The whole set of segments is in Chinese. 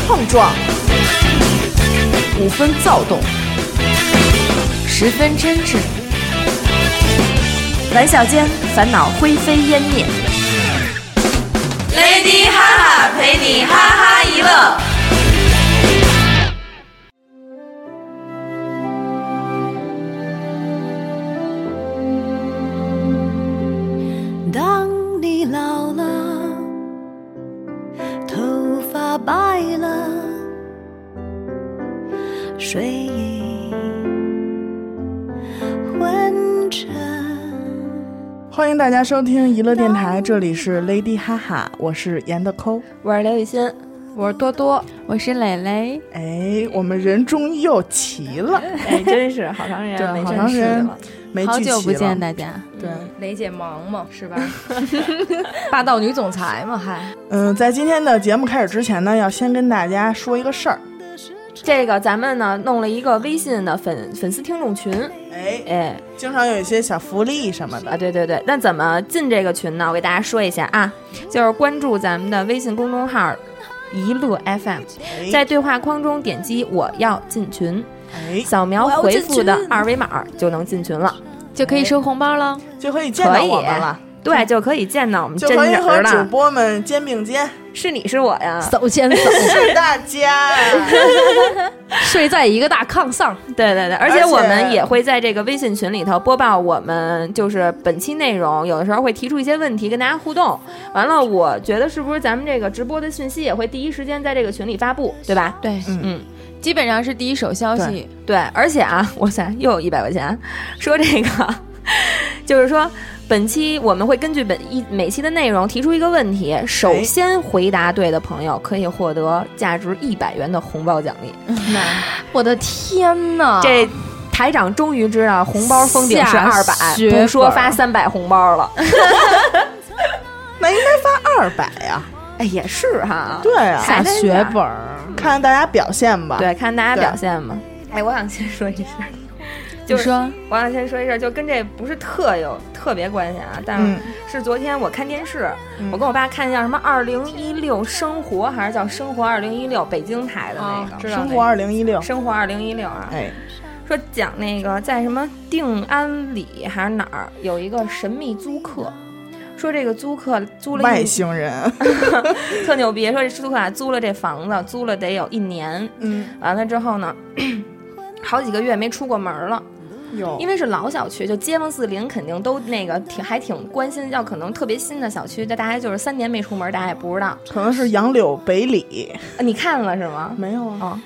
碰撞 ，5分躁动，10分真挚， 玩笑间烦恼灰飞烟灭。 Lady 哈哈陪你哈哈一乐。 当你老了，头发白了，睡意昏沉。 欢迎大家收听娱乐电台，这里是 Lady 哈哈，我是严的抠， 我是刘雨欣， 我是多多，我是蕾蕾。 哎，我们人终于又齐了， 哎，真是好长时间没正式了， 没聚齐了， 好久不见大家。 对， 雷姐忙嘛，是吧？霸道女总裁嘛，还在今天的节目开始之前呢，要先跟大家说一个事儿。 这个咱们呢弄了一个微信的粉丝听众群，哎， 经常有一些小福利什么的啊，对，那怎么进这个群呢？我给大家说一下啊，就是关注咱们的微信公众号一乐 FM，在对话框中点击我要进群，扫描回复的2维码就能进群了， 就可以收红包了， 就可以见到我们了。 对，就可以见到我们真人了，就可以和主播们肩并肩， 是你是我呀， 手牵手， 是大家睡在一个大炕上。 对，而且我们也会在这个微信群里头播报我们就是本期内容，有的时候会提出一些问题跟大家互动。完了，我觉得是不是咱们这个直播的讯息也会第一时间在这个群里发布，对吧？ 对，基本上是第一手消息。 对，而且啊，哇塞，又有100块钱，说这个就是说。本期我们会根据每期的内容提出一个问题，首先回答对的朋友可以获得价值100元的红包奖励。 我的天哪！ 这台长终于知道红包封顶是200，不说发300红包了。 那应该发200呀。 哎，也是哈。 对啊， 下血本， 看大家表现吧。 对，看大家表现吧。哎，我想先说一声。就是说，我想先说一声，就跟这不是特别关系啊，但是昨天我看电视，我跟我爸看叫什么2016生活，还是叫生活2016北京台的那个， 生活2016， 生活2016啊， 哎， 说讲那个在什么定安里还是哪儿有一个神秘租客，说这个租客租了外星人， 特牛逼，说这租客租了这房子，租了得有1年，完了之后呢，好几个月没出过门了。因为是老小区，就街坊四邻肯定都那个还挺关心，要可能特别新的小区，大家就是3年没出门，大家也不知道， 可能是杨柳北里， 你看了是吗？ 没有啊。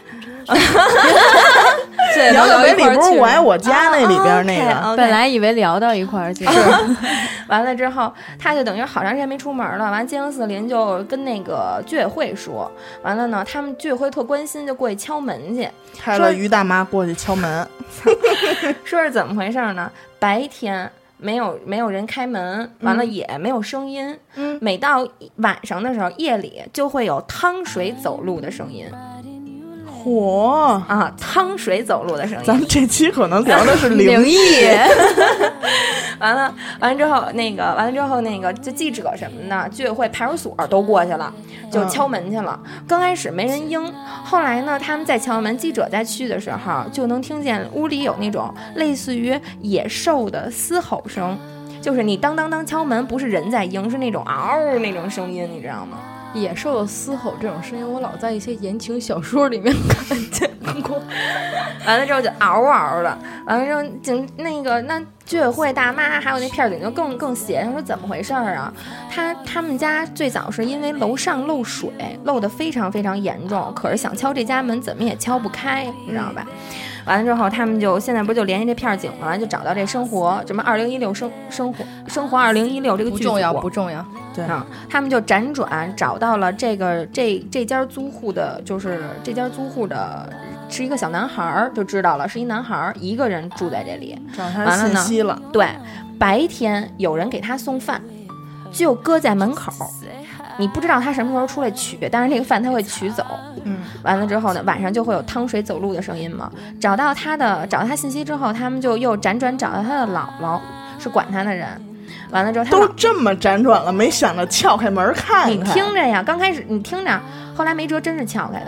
杨柳北里不是我爱我家那里边那个， 本来以为聊到一块儿去， 完了之后他就等于好长时间没出门了，完街坊四邻就跟那个居委会说，完了呢他们居委会特关心，就过去敲门去， 派了于大妈过去敲门， 说是怎么回事呢？白天没有人开门，完了也没有声音，每到晚上的时候，夜里就会有汤水走路的声音。 嚯啊！汤水走路的声音。 咱们这期可能聊的是灵异。 完了之后，那个就记者什么的，居委会、派出所都过去了，就敲门去了。刚开始没人应，后来呢，他们在敲门，记者在去的时候，就能听见屋里有那种类似于野兽的嘶吼声，就是你当当当敲门，不是人在应，是那种嗷那种声音，你知道吗？ 野兽的嘶吼这种声音，我老在一些言情小说里面看见过。 完了之后就嗷嗷的，完了之后那居委会大妈还有那片警就更邪，他说怎么回事啊？他们家最早是因为楼上漏水，漏得非常非常严重，可是想敲这家门怎么也敲不开，你知道吧？完了之后，他们就现在不就联系这片警吗？就找到这生活什么2016生活2016这个剧组， 不重要。 对啊，他们就辗转找到了这家租户的，就是这家租户的是一个小男孩，就知道了是一男孩，一个人住在这里。 找他信息了。 对，白天有人给他送饭，就搁在门口。你不知道他什么时候出来取，但是那个饭他会取走。完了之后呢，晚上就会有汤水走路的声音嘛。找到他信息之后，他们就又辗转找到他的姥姥，是管他的人。完了之后，他都这么辗转了，没想着撬开门看看。 你听着呀，刚开始你听着，后来没辙，真是撬开的。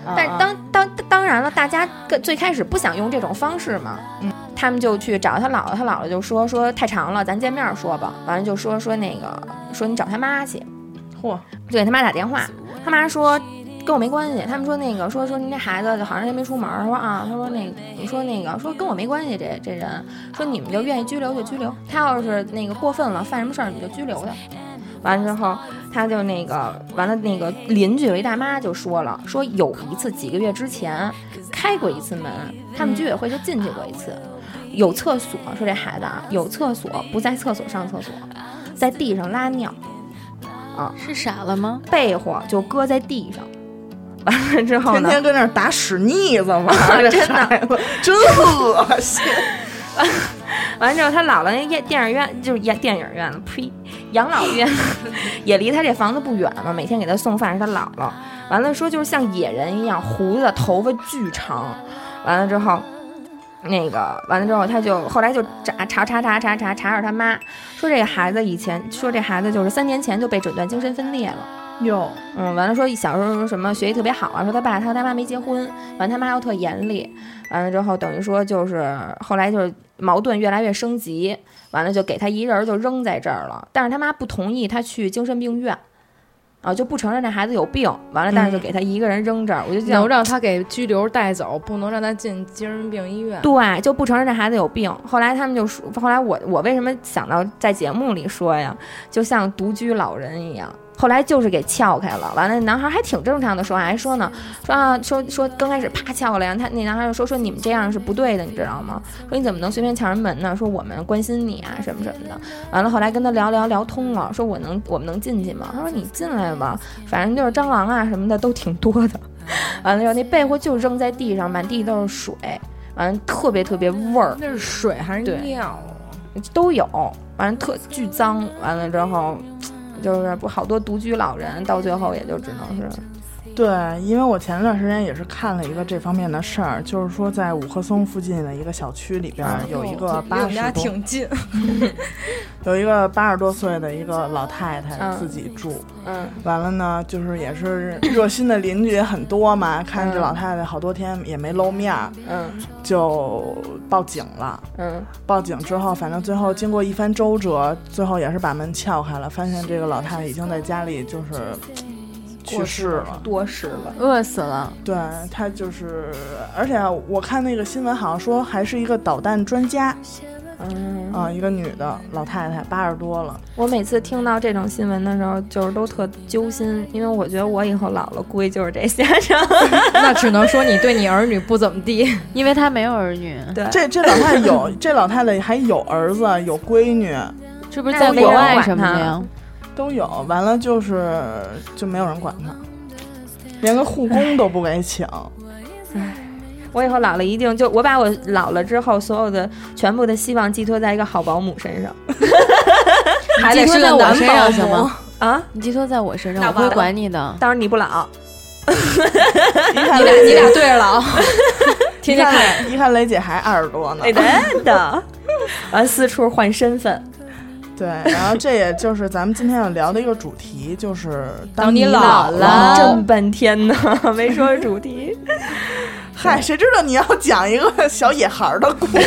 但是当然了，大家最开始不想用这种方式嘛，他们就去找他姥姥，他姥姥就说太长了，咱见面说吧。完了就说那个说你找他妈去， 嚯， 就给他妈打电话，他妈说跟我没关系。他们说那个说您这孩子好长时间没出门，说啊，他说那个说跟我没关系，这人说你们就愿意拘留就拘留，他要是那个过分了犯什么事儿你就拘留他。完了之后，他就完了那个邻居有一大妈就说了，说有一次几个月之前开过一次门，他们居委会就进去过一次，有厕所，说这孩子啊有厕所，不在厕所上厕所，在地上拉尿，啊， 是傻了吗？ 被窝就搁在地上。完了之后呢， 天天跟那儿打屎腻子嘛， 真的真恶心。 完了之后，他姥姥那电影院就是电影院了，呸，养老院也离他这房子不远嘛，每天给他送饭是他姥姥。完了说就是像野人一样，胡子头发巨长。完了之后，完了之后他就后来就查着他妈，说这个孩子以前说这孩子就是3年前就被诊断精神分裂了。 哟， 完了说小时候什么学习特别好啊，说他爸他妈没结婚，完了他妈又特严厉，完了之后等于说就是后来就是矛盾越来越升级，完了就给他一人就扔在这儿了，但是他妈不同意他去精神病院，啊就不承认这孩子有病，完了但是就给他一个人扔这儿，我就能让他给拘留带走，不能让他进精神病医院。 对，就不承认这孩子有病。后来他们就说，后来我为什么想到在节目里说呀，就像独居老人一样。后来就是给撬开了，完了男孩还挺正常的说，还说呢，说刚开始啪撬了呀，那男孩就说你们这样是不对的，你知道吗？说你怎么能随便撬人门呢？说我们关心你啊什么什么的。完了后来跟他聊通了，说我们能进去吗？他说你进来吧，反正就是蟑螂啊什么的都挺多的。完了之后那被窝就扔在地上，满地都是水，完了特别味儿。 那是水还是尿？ 都有，完了巨脏。完了之后。就是不好多独居老人到最后也就只能是， 对，因为我前段时间也是看了一个这方面的事儿，就是说在五棵松附近的一个小区里边有一个80多， 挺近， 有一个80多岁的一个老太太自己住，完了呢，就是也是热心的邻居也很多嘛，看这老太太好多天也没露面，就报警了，报警之后，反正最后经过一番周折，最后也是把门撬开了，发现这个老太太已经在家里就是去世了， 多事了， 饿死了。 对，她就是，而且我看那个新闻好像说还是一个导弹专家。一个女的老太太80多了。 我每次听到这种新闻的时候，就是都特揪心，因为我觉得我以后老了估计就是这下场。 那只能说你对你儿女不怎么地， 因为她没有儿女。 对， 这老太太有，这老太太还有儿子有闺女， 是不是在国外什么的呀？ 都有。完了就没有人管她，连个护工都不给请。 我以后老了一定我把我老了之后所有的全部的希望寄托在一个好保姆身上。 还得是个男保姆啊？ 你寄托在我身上，我会管你的。 当然你不老， 你俩对着老，天天看。 一看雷姐还20多呢。 真的，完四处换身份。 对，然后这也就是咱们今天要聊的一个主题，就是当你老了， 这么半天呢，没说主题。 嗨，谁知道你要讲一个小野孩的故事？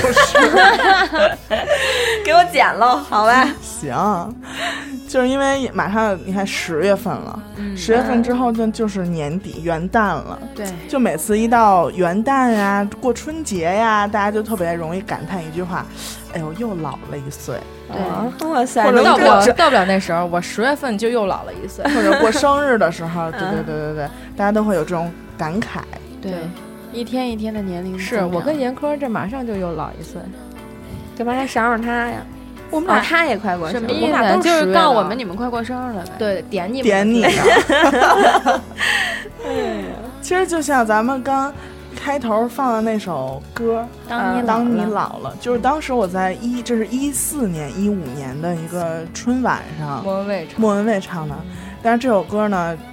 给我剪了，好吧？ 行，就是因为马上你看10月份了，10月份之后就是年底元旦了。 对， 就每次一到元旦呀、过春节呀，大家就特别容易感叹一句话：“哎呦，又老了1岁。” 对， 哇塞， 或者到不了那时候，我10月份就又老了1岁， 或者过生日的时候，对，大家都会有这种感慨。 对。一天一天的年龄是我跟严科这马上就又老1岁， 干嘛还赏他呀？ 我们俩他也快过生日， 什么意思？就是告诉我们你们快过生日了呗。 对，点你其实就像咱们刚开头放的那首歌《当你老了》，就是当时我在这是14年、15年的一个春晚上，莫文蔚唱的。但是这首歌呢，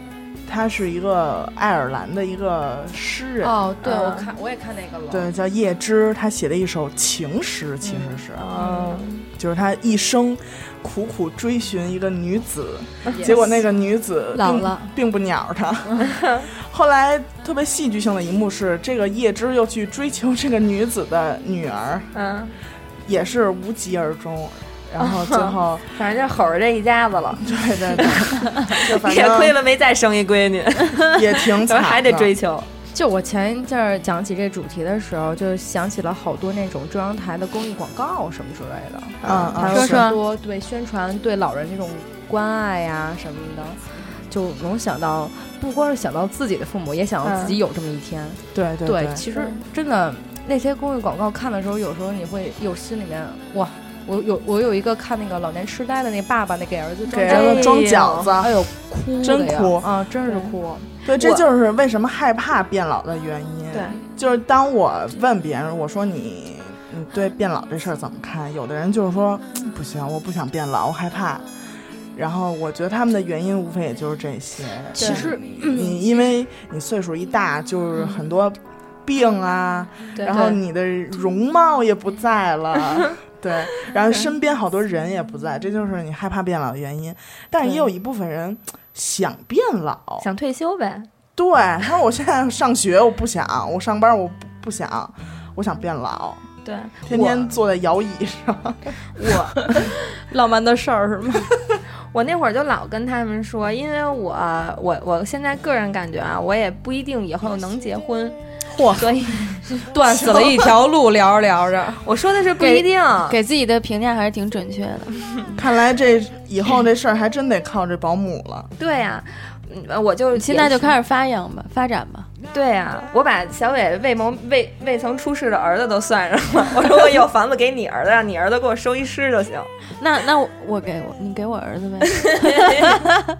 他是一个爱尔兰的一个诗人。 哦，对，我也看那个了。 对，叫叶芝，他写的一首情诗，其实是，就是他一生苦苦追寻一个女子，结果那个女子老了， 并不鸟他。后来特别戏剧性的一幕是，这个叶芝又去追求这个女子的女儿，也是无疾而终。然后最后， 反正就吼着这一家子了。 对对对，就反正也亏了没再生一闺女， 也挺惨， 还得追求。 就我前一阵儿讲起这主题的时候，就想起了好多那种中央台的公益广告什么之类的，还有很多对宣传对老人这种关爱呀什么的，就能想到，不光是想到自己的父母，也想到自己有这么一天。 对对对， 其实真的那些公益广告看的时候，有时候你会有心里面哇。我有一个看那个老年痴呆的那爸爸，那给儿子装饺子， 哎呦哭真哭啊，真是哭。 对，这就是为什么害怕变老的原因。 对， 就是当我问别人，我说你对变老这事儿怎么看？有的人就是说不行，我不想变老，我害怕。然后我觉得他们的原因无非也就是这些。 其实你因为你岁数一大，就是很多病啊，然后你的容貌也不在了。对，然后身边好多人也不在，这就是你害怕变老的原因。但是也有一部分人想变老， 想退休呗。 对，他说我现在上学我不想，我上班我不想，我想变老。 对， 天天坐在摇椅上。 我浪漫的事儿是吗？ 我那会儿就老跟他们说，因为我现在个人感觉啊，我也不一定以后能结婚。所以断死了一条路，聊着聊着， 我说的是不一定， 给自己的评价还是挺准确的。 看来这以后这事儿还真得靠这保姆了。 对呀，我就现在就开始发展吧。 对呀，我把小伟未曾出世的儿子都算上了。我说我有房子给你儿子，让你儿子给我收一尸就行。 那你给我儿子呗。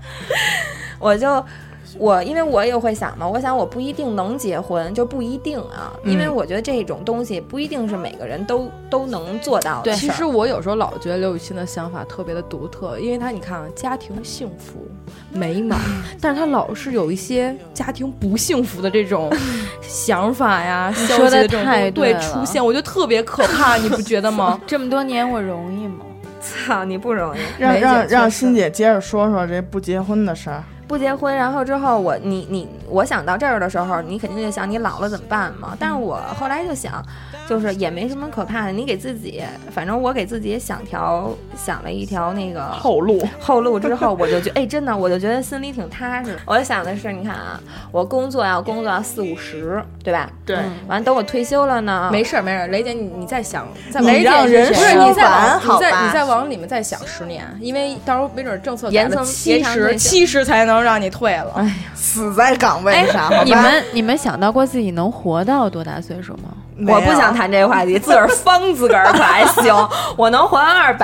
因为我也会想嘛，我想我不一定能结婚，就不一定啊，因为我觉得这种东西不一定是每个人都能做到的。 对，其实我有时候老觉得刘雨欣的想法特别的独特，因为你看家庭幸福美满，但是他老是有一些家庭不幸福的这种想法呀， 说的太对出现，我觉得特别可怕，你不觉得吗？ 这么多年我容易吗？ 操，你不容易。 让欣姐接着说说这不结婚的事儿。 不结婚，然后之后我想到这儿的时候，你肯定就想你老了怎么办嘛。但是我后来就想，就是也没什么可怕的。你给自己，反正我给自己想了一条那个后路之后，我就觉得真的，我就觉得心里挺踏实。我想的是，你看啊，我工作要40-50，对吧？ 对。 完等我退休了呢， 没事，雷姐你再想， 你让人不是你再往里面再想10年，因为到时候没准政策改了 70才能让你退了。 哎呀，死在岗位上。 你们想到过自己能活到多大岁数吗？ 我不想谈这个话题，自个儿方自个儿可还行，我能活到200。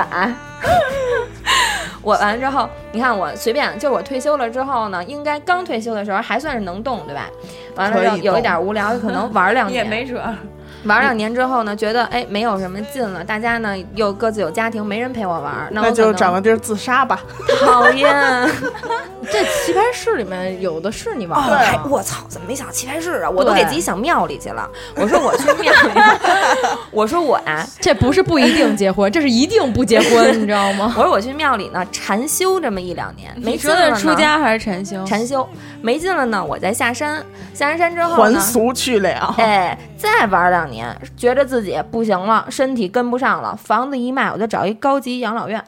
我完了之后，你看我随便，就是我退休了之后呢，应该刚退休的时候还算是能动，对吧？完了之后有一点无聊，可能玩2年， 也没准。 玩2年之后呢，觉得没有什么劲了，大家呢又各自有家庭，没人陪我玩， 那就找个地儿自杀吧。 讨厌， 这棋牌室里面有的是你玩的。 我操，怎么没想棋牌室啊？我都给自己想庙里去了。我说我去庙里，我说我呀， 这不是不一定结婚，这是一定不结婚，你知道吗？ 我说我去庙里呢禅修这么1-2年，没说的出家还是禅修？ 禅修没劲了呢，我再下山之后还俗去了， 再玩2年。觉得自己不行了，身体跟不上了，房子一卖，我就找一高级养老院。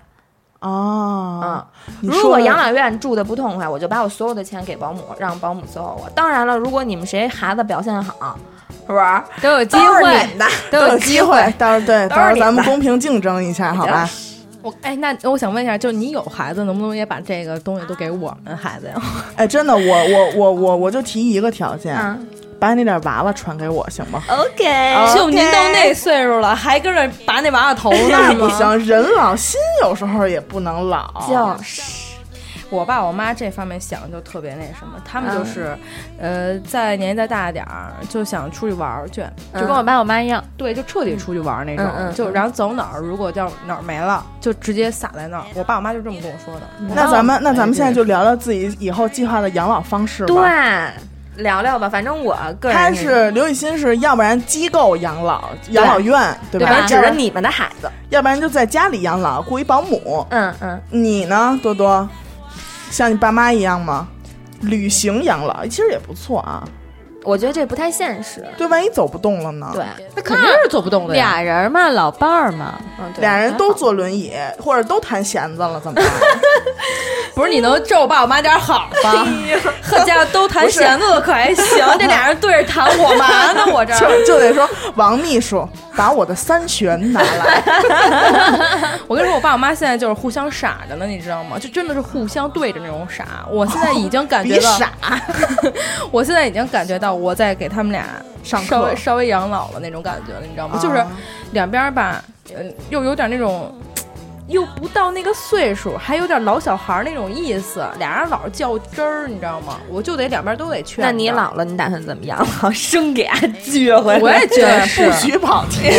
如果养老院住的不痛快，我就把我所有的钱给保姆，让保姆伺候我。当然了，如果你们谁孩子表现好，是不是都有机会？ 都有机会。 到时候咱们公平竞争一下，好吧？ 那我想问一下，就你有孩子，能不能也把这个东西都给我们孩子呀？ 真的，我就提一个条件。把那点娃娃传给我行吗 ？OK， 就您到那岁数了，还跟着拔那娃娃头呢那不行，人老心有时候也不能老。 就是， 我爸我妈这方面想就特别那什么，他们就是，在年纪再大一点儿，就想出去玩去， 就跟我爸我妈一样， 对，就彻底出去玩那种，就然后走哪儿，如果叫哪儿没了，就直接撒在那儿。我爸我妈就这么跟我说的。 那咱们现在就聊聊自己以后计划的养老方式吧。 对，聊聊吧。反正我个人， 他是刘雨欣是要不然机构养老院，对吧？ 指着你们的孩子， 要不然就在家里养老，雇一保姆。你呢，多多？像你爸妈一样吗？旅行养老其实也不错啊。 我觉得这不太现实， 对，万一走不动了呢？ 对， 那肯定是走不动的呀。 俩人嘛，老伴儿嘛， 俩人都坐轮椅或者都弹弦子了，怎么办？ 不是你能咒我爸我妈点好吧？呵家伙都弹弦子了可还行？这俩人对着弹我嘛呢？我这就得说王秘书把我的3弦拿来。 我跟你说，我爸我妈现在就是互相傻着呢，你知道吗？就真的是互相对着那种傻。我现在已经感觉到傻， 我现在已经感觉到我在给他们俩稍微养老了那种感觉了，你知道吗？就是两边吧，又有点那种。又不到那个岁数，还有点老小孩那种意思，俩人老是较真儿，你知道吗？我就得两边都得劝。 那你老了，你打算怎么养老？生给他撅回来？ 我也觉得不许跑题。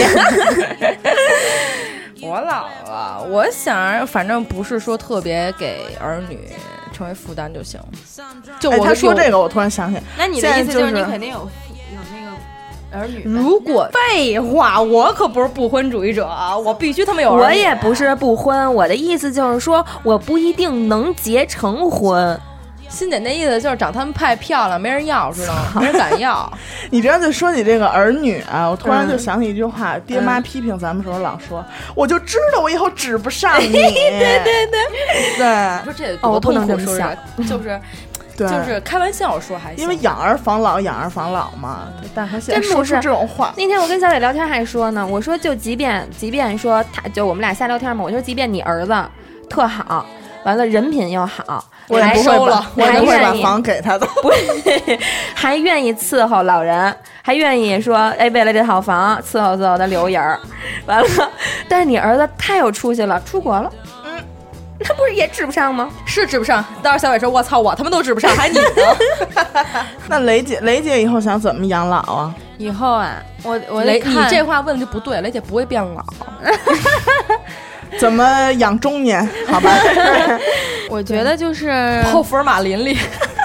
我老了，我想反正不是说特别给儿女成为负担就行。就他说这个，我突然想起， 那你的意思就是你肯定有那个。儿女如果废话，我可不是不婚主义者啊，我必须他们有儿女。 我也不是不婚，我的意思就是说，我不一定能结成婚。 欣姐那意思就是长他们太漂亮，没人要，知道吗？没人敢要。 你知道，就说起这个儿女啊，我突然就想起一句话，爹妈批评咱们时候老说，我就知道我以后指不上你。对， 说这多痛苦，说着就是。就是开玩笑说还行， 因为养儿防老嘛，但他现在说出这种话。 那天我跟小磊聊天还说呢，我说就即便说他就我们俩瞎聊天嘛，我说即便你儿子特好，完了人品又好， 我也不会了，我也不会把房给他的， 不还愿意伺候老人，还愿意说哎为了这套房伺候他留人儿，完了，但是你儿子太有出息了，出国了。那不是也指不上吗？ 是指不上。到时候小伟说：“我操，我他妈都指不上，还你呢？” 那雷姐以后想怎么养老啊？ 以后啊，我你这话问的就不对，雷姐不会变老。 怎么养中年？好吧， 我觉得就是泡福尔马林里。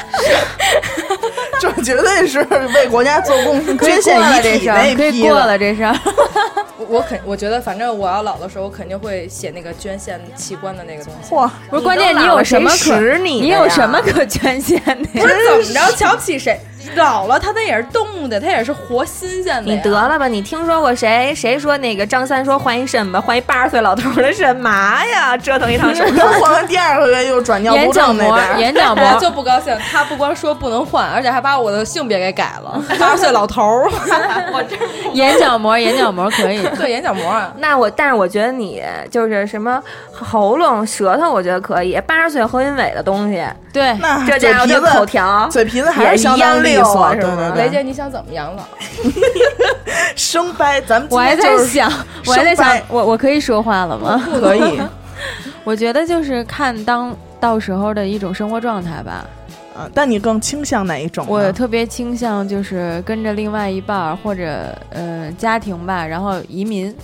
这绝对是为国家做贡献，捐献遗体那一批的。 可以过了这事儿。 我觉得，反正我要老的时候，我肯定会写那个捐献器官的那个东西。 嚯！ 不是关键，你有什么你有什么可捐献的？ 不是怎么着，瞧不起谁？老了，它也是动物的，它也是活新鲜的。 你得了吧！你听说过谁说那个张三说换一肾吧，换一80岁老头的肾嘛呀？折腾一趟手术， 换完第2回又转尿不正那边， 眼角膜就不高兴。他不光说不能换，而且还把我的性别给改了。80岁老头儿，我这眼角膜可以， 对眼角膜啊。 但是我觉得你就是什么喉咙、舌头，我觉得可以。80岁何云伟的东西， 对， 那这家伙的口条、 嘴皮子还是相当利索。对， 雷姐，你想怎么养老？ 生掰，咱们我还在想，我可以说话了吗？ 可以。 我觉得就是看到时候的一种生活状态吧。 但你更倾向哪一种呢？ 我特别倾向就是跟着另外一半或者家庭吧，然后移民。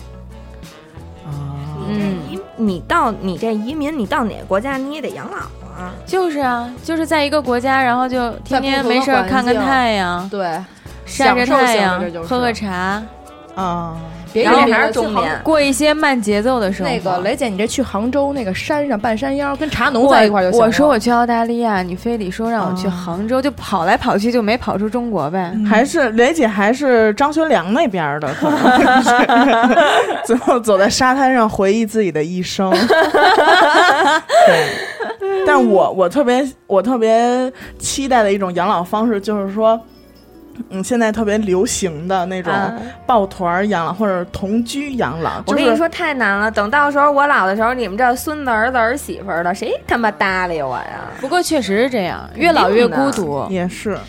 你这移民，你到哪个国家你也得养老啊。 就是啊，就是在一个国家，然后就天天没事看看太阳， 对， 晒着太阳，喝个茶啊。 别人还是中年， 过一些慢节奏的生活。 那个雷姐，你这去杭州那个山上半山腰，跟茶农在一块就行了。 我说我去澳大利亚，你非得说让我去杭州，就跑来跑去，就没跑出中国呗。 还是雷姐还是张学良那边的，可能最后走在沙滩上回忆自己的一生。对，但我特别期待的一种养老方式，就是说。现在特别流行的那种抱团养老或者同居养老， 我跟你说太难了。等到时候我老的时候，你们这孙子、儿子、儿媳妇的，谁他妈搭理我呀？ 不过确实是这样，越老越孤独。 也是，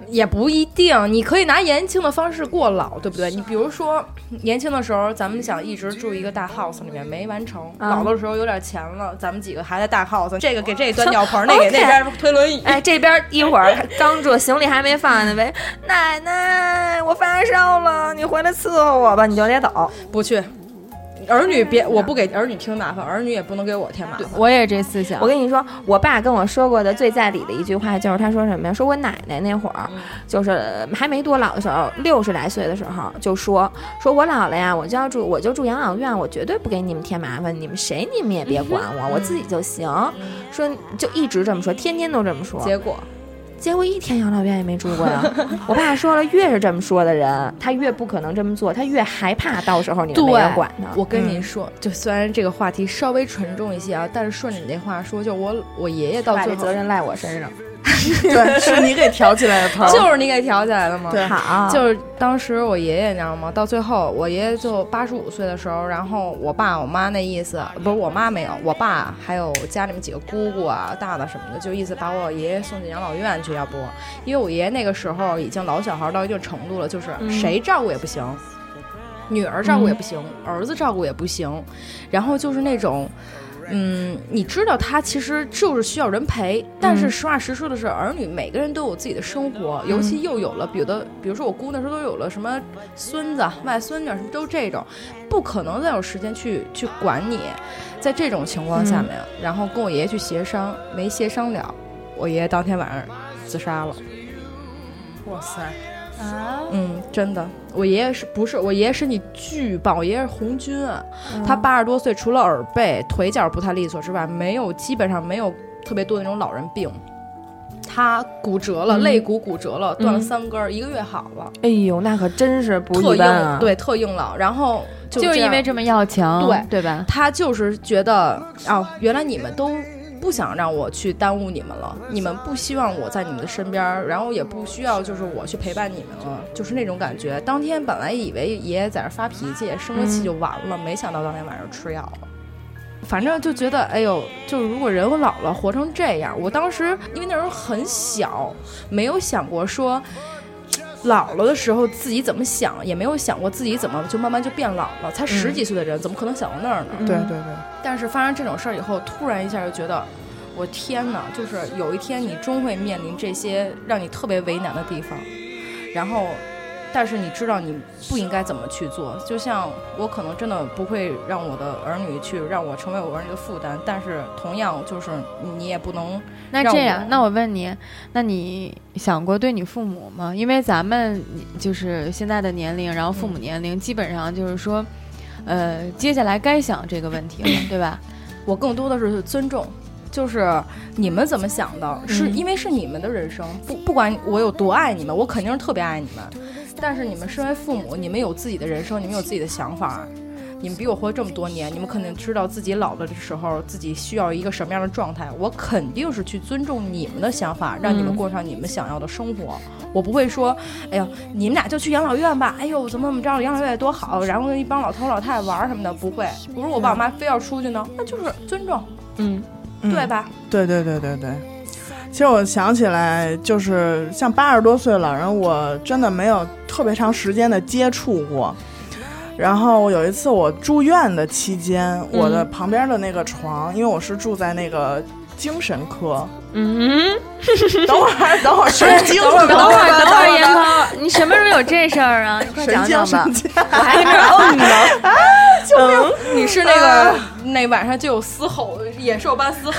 也不一定，你可以拿年轻的方式过老，对不对？你比如说年轻的时候，咱们想一直住一个大 house 里面没完成，老的时候有点钱了，咱们几个还在大 house， 这个给这端尿盆，那给那边推轮椅。 哎，这边一会儿刚住，行李还没放呢，喂，奶奶，我发烧了，你回来伺候我吧，你就得走， 不去。儿女别，我不给儿女添麻烦，儿女也不能给我添麻烦。 我也这思想。 我跟你说，我爸跟我说过的最在理的一句话就是他说什么呀？说我奶奶那会儿，就是还没多老的时候，60来岁的时候，就说我老了呀，我就住养老院，我绝对不给你们添麻烦，你们也别管我，我自己就行。说就一直这么说，天天都这么说。结果一天养老院也没住过呀。我爸说了，越是这么说的人，他越不可能这么做，他越害怕到时候你们没人管他。 我跟你说，就虽然这个话题稍微沉重一些啊，但是顺着你这话说，就我爷爷到最后责任赖我身上。 对，是你给挑起来的头， 就是你给挑起来的吗？ 对， 好， 就是当时我爷爷你知道吗？到最后我爷爷就85岁的时候，然后我爸我妈那意思不是我妈没有，我爸还有家里面几个姑姑啊、大大什么的，就意思把我爷爷送进养老院去，要不因为我爷爷那个时候已经老小孩到一定程度了，就是谁照顾也不行，女儿照顾也不行，儿子照顾也不行，然后就是那种。你知道他其实就是需要人陪，但是实话实说的是，儿女每个人都有自己的生活，尤其又有了比如说我姑那时候都有了什么孙子、外孙女什么都这种，不可能再有时间去管你。在这种情况下面，然后跟我爷爷去协商，没协商了，我爷爷当天晚上自杀了。 哇塞！ 真的，我爷爷我爷爷身体巨棒，我爷爷是红军啊，他80多岁，除了耳背、腿脚不太利索之外，基本上没有特别多的那种老人病。他骨折了，肋骨骨折了，断了3根，1个月好了。 哎呦，那可真是不一般啊！ 对，特硬朗。然后就是因为这么要强，对吧？ 他就是觉得原来你们都不想让我去耽误你们了，你们不希望我在你们的身边，然后也不需要就是我去陪伴你们了，就是那种感觉。当天本来以为爷爷在这发脾气生个气就完了，没想到当天晚上吃药了。反正就觉得哎呦，就是如果人老了活成这样，我当时因为那时候很小，没有想过说老了的时候自己怎么想，也没有想过自己怎么就慢慢就变老了。才10几岁的人怎么可能想到那儿呢？ 对对对。 但是发生这种事儿以后，突然一下就觉得我天哪，就是有一天你终会面临这些让你特别为难的地方，然后但是你知道你不应该怎么去做。就像我可能真的不会让我的儿女去让我成为我儿女的负担，但是同样就是你也不能。 那这样，那我问你，那你想过对你父母吗？因为咱们就是现在的年龄，然后父母年龄基本上就是说接下来该想这个问题了，对吧？ 我更多的是尊重，就是你们怎么想的，是因为是你们的人生，不管我有多爱你们，我肯定是特别爱你们，但是你们身为父母，你们有自己的人生，你们有自己的想法，你们比我活这么多年，你们肯定知道自己老了的时候自己需要一个什么样的状态，我肯定是去尊重你们的想法，让你们过上你们想要的生活。我不会说哎呦你们俩就去养老院吧，哎呦怎么着养老院多好，然后跟一帮老头老太太玩什么的，不会。不是我爸妈非要出去呢，那就是尊重，对吧？ 对对对对对。其实我想起来，就是像80多岁老人，我真的没有特别长时间的接触过。然后有一次我住院的期间，我的旁边的那个床，因为我是住在那个精神科。等会儿神经， 等会儿严涛，你什么时候有这事儿啊？你快讲讲吧。 我还跟这儿呢。救命！你是那个那晚上就有嘶吼，野兽般嘶吼。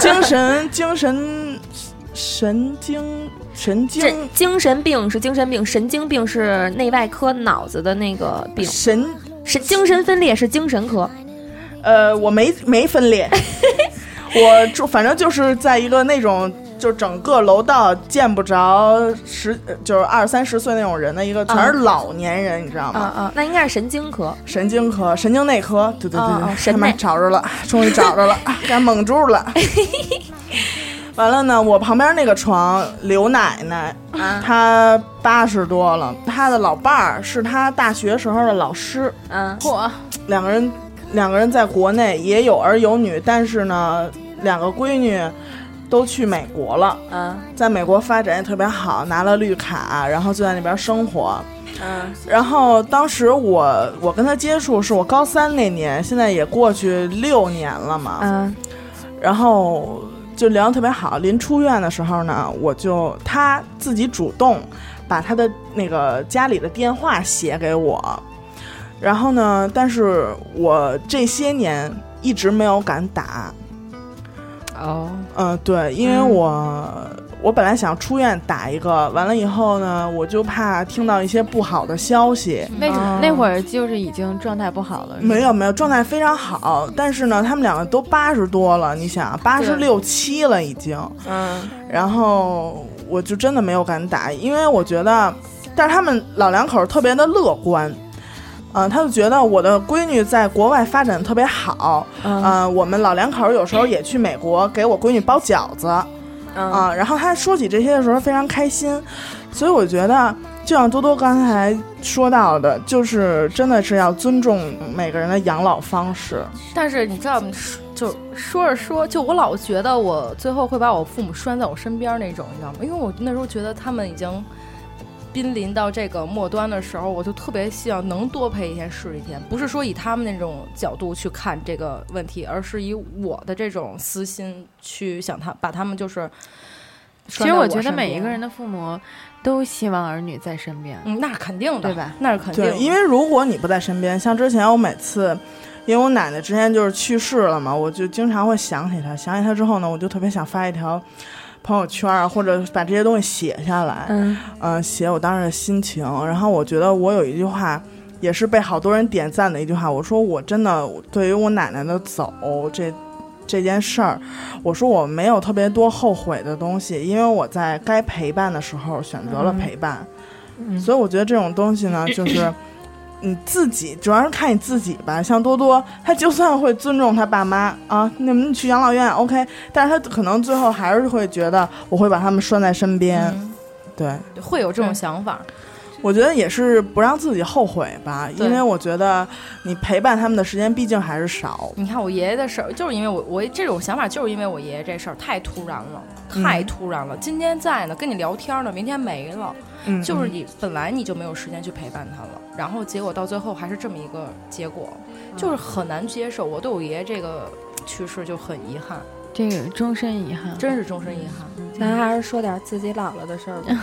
精神病是精神病，神经病是内外科脑子的那个病。精神分裂是精神科。 我没分裂。我反正就是在一个那种就整个楼道见不着就是20、30岁那种人的一个，全是老年人，你知道吗？ 那应该是神经科、 神经内科。对对对，神内找着了，终于找着了，给蒙住了。完了呢，我旁边那个床，刘奶奶，她80多了，她的老伴儿是她大学时候的老师。两个人在国内也有儿有女，但是呢，2个闺女都去美国了，在美国发展也特别好，拿了绿卡，然后就在那边生活。然后当时我跟他接触是我高3那年，现在也过去6年了嘛。然后就聊得特别好。临出院的时候呢，他自己主动把他的那个家里的电话写给我。然后呢，但是我这些年一直没有敢打。对，因为我本来想出院打一个，完了以后呢，我就怕听到一些不好的消息。 那会儿就是已经状态不好了？ 没有，状态非常好，但是呢，他们两个都80多了，你想86、7了已经。然后我就真的没有敢打，因为我觉得，但是他们老两口特别的乐观。他就觉得我的闺女在国外发展特别好。我们老两口有时候也去美国给我闺女包饺子。然后他说起这些的时候非常开心。所以我觉得就像多多刚才说到的，就是真的是要尊重每个人的养老方式。 但是你知道，就说着说，就我老觉得我最后会把我父母拴在我身边那种，你知道吗？因为我那时候觉得他们已经濒临到这个末端的时候，我就特别希望能多陪一天是一天，不是说以他们那种角度去看这个问题，而是以我的这种私心去想把他们就是其实我觉得每一个人的父母都希望儿女在身边。 那是肯定的， 对吧？ 那是肯定的。 对，因为如果你不在身边，像之前我每次因为我奶奶之前就是去世了嘛，我就经常会想起她之后呢，我就特别想发一条朋友圈啊，或者把这些东西写下来。写我当时的心情。然后我觉得我有一句话也是被好多人点赞的一句话，我说我真的对于我奶奶的走这件事儿，我说我没有特别多后悔的东西，因为我在该陪伴的时候选择了陪伴。所以我觉得这种东西呢，就是你自己主要是看你自己吧。像多多他就算会尊重他爸妈啊，你们去养老院 OK， 但是他可能最后还是会觉得我会把他们拴在身边。对， 会有这种想法。 我觉得也是不让自己后悔吧，因为我觉得你陪伴他们的时间毕竟还是少。 你看我爷爷的事儿，就是因为我这种想法，就是因为我爷爷这事儿太突然了，今天在呢，跟你聊天呢，明天没了。就是你本来你就没有时间去陪伴他了，然后结果到最后还是这么一个结果，就是很难接受。我对我爷爷这个去世就很遗憾， 这个终身遗憾， 真是终身遗憾。 咱还是说点自己老了的事儿吧。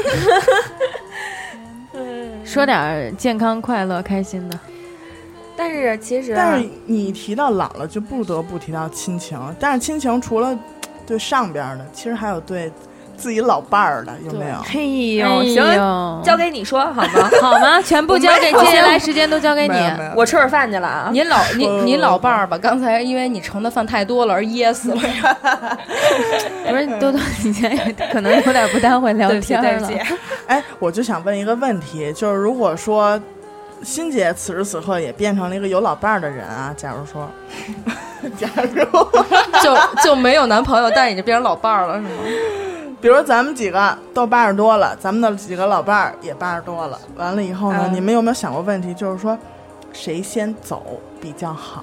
说点健康、快乐、开心的。 但是其实， 但是你提到老了，就不得不提到亲情。但是亲情除了对上边的，其实还有对自己老伴儿的，有没有？ 嘿呦， 行，交给你说好吗？ 好吗？全部交给，接下来时间都交给你。 我吃会儿饭去了啊。 你老伴儿吧，刚才因为你盛的饭太多了而噎死了。 不是多多，以前可能有点不太会聊天了。 对不起。 哎，我就想问一个问题，就是如果说欣姐此时此刻也变成了一个有老伴儿的人啊，假如说就没有男朋友，但已经变成老伴儿了，是吗？ 比如咱们几个都80多了，咱们的几个老伴儿也80多了，完了以后呢，你们有没有想过问题，就是说谁先走比较好？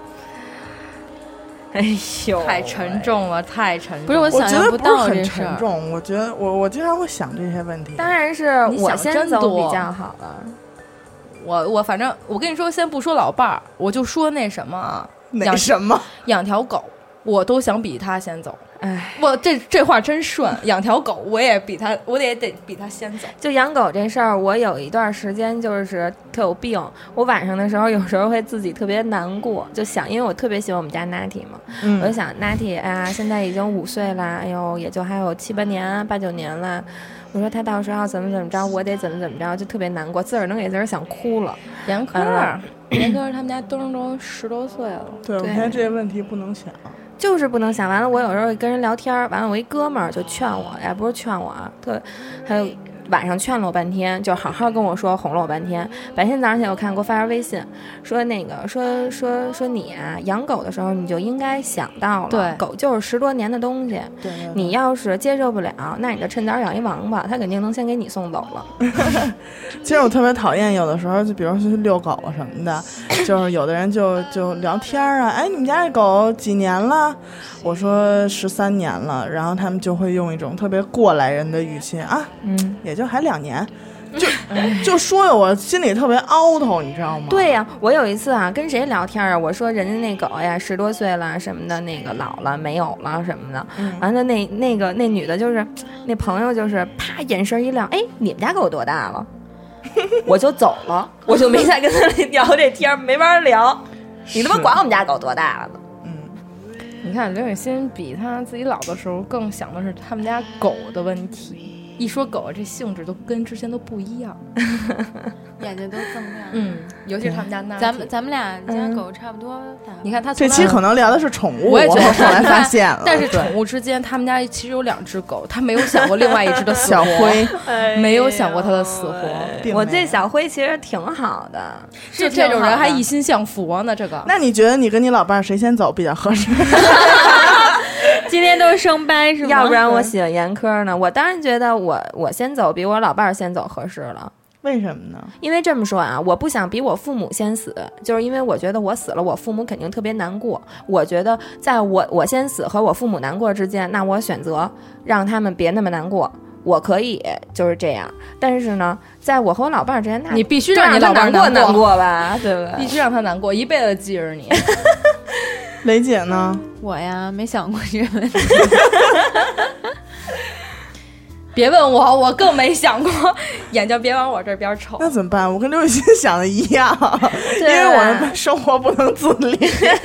哎呦， 太沉重了，太沉重了。 不是我想象不到这事儿， 很沉重。我觉得我经常会想这些问题。 当然是我先走比较好了。 我反正我跟你说，先不说老伴儿，我就说那什么，养条狗，我都想比他先走。 哎， 我这话真顺，养条狗我也得比他先走。 就养狗这事儿，我有一段时间就是特有病，我晚上的时候有时候会自己特别难过，就想，因为我特别喜欢我们家 Natty 嘛，我就想 Natty， 哎呀，现在已经5岁了，哎呦，也就还有7、8年、8、9年了。我说他到时候怎么着，我得怎么着，就特别难过，自个儿能给自个儿想哭了。 严科他们家都10多岁了。 对，我现在这些问题不能想。 就是不能想。完了，我有时候跟人聊天，完了我一哥们儿就劝我，也不是劝我啊，还有晚上劝了我半天，就好好跟我说，哄了我半天。白天早上起来我看给我发条微信，说那个说你啊，养狗的时候你就应该想到了， 对， 狗就是10多年的东西， 对， 你要是接受不了，那你就趁早养一王八，他肯定能先给你送走了。 其实我特别讨厌有的时候，就比如说去遛狗什么的，就是有的人就聊天啊，哎，你们家这狗几年了？我说13年了，然后他们就会用一种特别过来人的语气啊，也就还2年。就说的我心里特别凹头，你知道吗？ 对呀，我有一次啊跟谁聊天啊，我说人家那狗呀10多岁了什么的，那个老了没有了什么的，完了那女的就是那朋友就是啪眼神一亮，哎，你们家狗多大了？我就走了，我就没再跟他聊这天，没法聊。你他妈管我们家狗多大了呢？ 你看刘雨欣比他自己老的时候更想的是他们家狗的问题。一说狗，这性质都跟之前都不一样， 眼睛都锃亮。 尤其是他们家那， 咱们俩家狗差不多大。 你看他这期可能聊的是宠物， 我也觉得后来发现了。 但是宠物之间，他们家其实有2只狗，他没有想过另外一只的死活， 小灰没有想过他的死活。 我这小灰其实挺好的， 就这种人还一心向佛呢。这个， 那你觉得你跟你老伴谁先走比较合适？ 今天都是生掰是吗？ 要不然我喜欢严苛呢。我当然觉得我先走比我老伴儿先走合适了。 为什么呢？ 因为这么说啊，我不想比我父母先死，就是因为我觉得我死了，我父母肯定特别难过。我觉得在我先死和我父母难过之间，那我选择让他们别那么难过。我可以就是这样，但是呢，在我和我老伴儿之间，那你必须让你老伴儿难过吧，对不对？ 必须让他难过，一辈子记着你。 雷姐呢？ 我呀，没想过这个问题。 别问我，我更没想过，眼睛别往我这边瞅。 那怎么办？我跟刘雨欣想的一样，因为我们生活不能自理。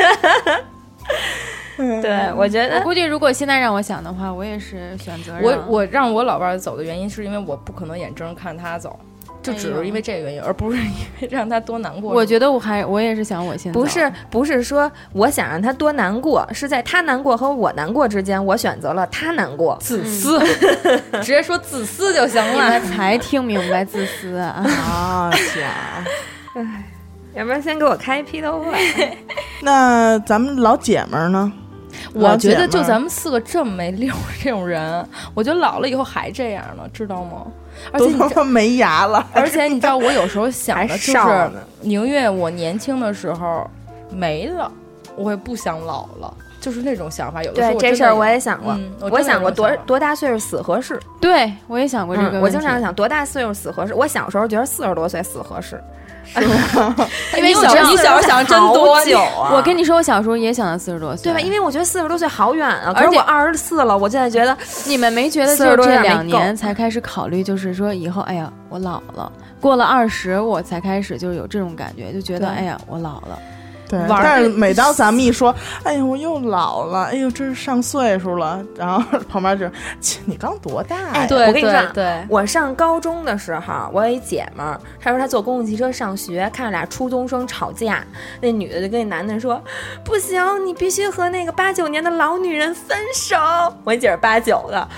对，我觉得我估计如果现在让我想的话，我也是选择我让我老伴走的原因是因为我不可能眼睁看他走。就只是因为这个原因，而不是因为让他多难过。 我觉得我也是想我先走。 不是说我想让他多难过，是在他难过和我难过之间，我选择了他难过。 自私，直接说自私就行了。 你们才听明白自私啊！ 啊天， 哎，要不然先给我开批斗会。 那咱们老姐们儿呢？ 我觉得就咱们4个这么没溜这种人，我觉得老了以后还这样呢，知道吗？而且你都没牙了， 而且你知道我有时候想的就是宁愿我年轻的时候没了，我也不想老了，就是那种想法。有的时候对这事儿我也想过，我想过多大岁数死合适。 对，我也想过这个问题。 我经常想多大岁数死合适。我小时候觉得40多岁死合适。 是吗？ 因为你小时候想真多久啊！ 我跟你说，我小时候也想到40多岁， 对吧？因为我觉得40多岁好远啊，而且我24了，我现在觉得你们没觉得就这2年才开始考虑，就是说以后，哎呀，我老了，过了20，我才开始就有这种感觉，就觉得哎呀，我老了。 对，但是每当咱们一说，哎呀，我又老了，哎呦，这是上岁数了，然后旁边就，你刚多大呀？ 哎， 对， 我跟你说， 对， 我上高中的时候，我有一姐们儿，她说她坐公共汽车上学，看着俩初中生吵架，那女的就跟那男的说，不行，你必须和那个89年的老女人分手。我一姐是89的，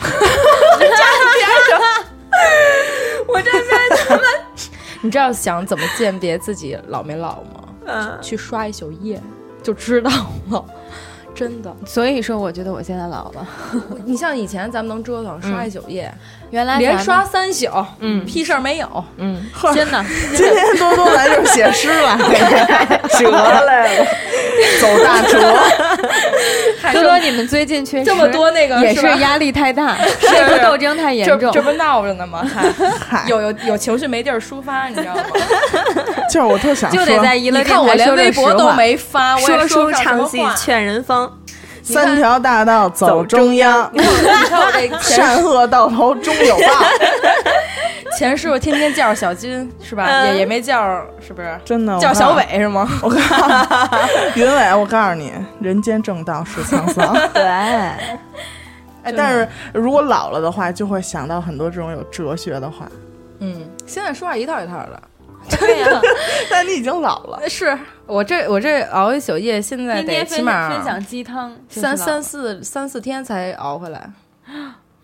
我这边他妈， 你知道想怎么鉴别自己老没老吗？去刷一宿夜就知道了，真的。 所以说，我觉得我现在老了。 你像以前咱们能折腾刷一宿夜， 原来连刷3宿，屁事儿没有， 真的。 今天多多来就是写诗了，折来了，走大折。 多多，你们最近确实这么多那个也是压力太大，内部斗争太严重， 这不闹着呢吗？有情绪没地儿抒发，你知道吗？ 就是我特想说，就得在娱乐电台你看我连微博都没发， 说书唱戏劝人方。 3条大道走中央， 你看我这善恶到头终有报。 钱师傅天天叫小金是吧？也没叫，是不是？ 真的叫小伟是吗？ 我告诉云伟，我告诉你，人间正道是沧桑。 对。 哎，但是如果老了的话，就会想到很多这种有哲学的话。 现在说话一套一套的。 对呀， 但你已经老了。 是我这熬一宿夜，现在得起码分享鸡汤， 三四天才熬回来。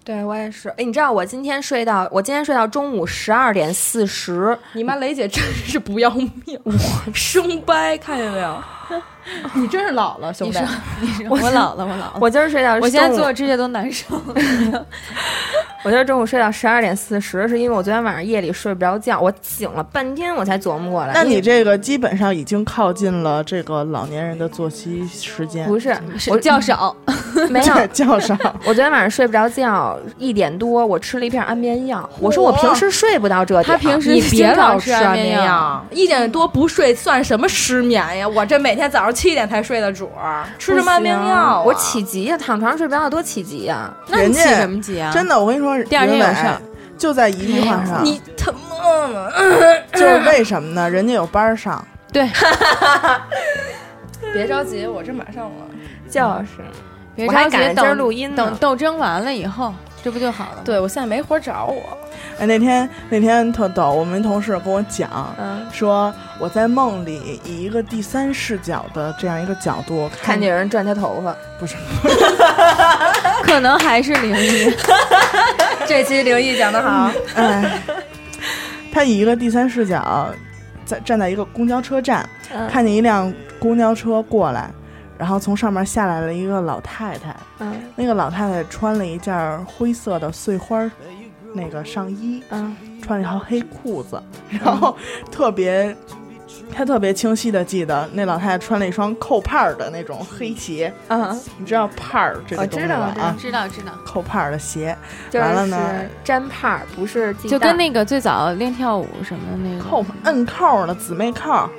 对我也是。哎，你知道我今天睡到中午12点40， 你妈雷姐真是不要命，生掰，看见没有？你真是老了，兄弟。 我老了。 我今儿睡到， 我现在做指甲都难受。 我今儿中午睡到12点40，是因为我昨天晚上夜里睡不着觉，我醒了半天我才琢磨过来。 那你这个基本上已经靠近了这个老年人的作息时间。 不是， 我较少， 没有较少。 我昨天晚上睡不着觉，1点多我吃了一片安眠药。我说我平时睡不到这点， 他平时你别老吃安眠药，1点多不睡算什么失眠呀？我这每天早上7点才睡的主儿，吃什么安眠药？ 我起急呀，躺床上睡不着多起急呀。 那你起什么急啊？ 真的，我跟你说， 第二天有事儿， 就在一句话上。 你他妈的， 就是为什么呢？人家有班上。 对。 别着急，我这马上了。 就是， 别着急， 等录音， 等斗争完了以后，这不就好了？ 对，我现在没活找我。 哎，那天特逗，我们同事跟我讲，说我在梦里以一个第三视角的这样一个角度看见人拽他头发， 不是， 可能还是灵异。 这期灵异讲得好。 哎，他以一个第三视角，站在一个公交车站，看见一辆公交车过来，然后从上面下来了一个老太太。那个老太太穿了一件灰色的碎花那个上衣，穿了一条黑裤子，然后他特别清晰的记得那老太太穿了一双扣帕的那种黑鞋。你知道帕这个东西吗？ 知道扣帕的鞋， 完了呢粘帕，不是就跟那个最早练跳舞什么的那个扣摁扣的姊妹扣。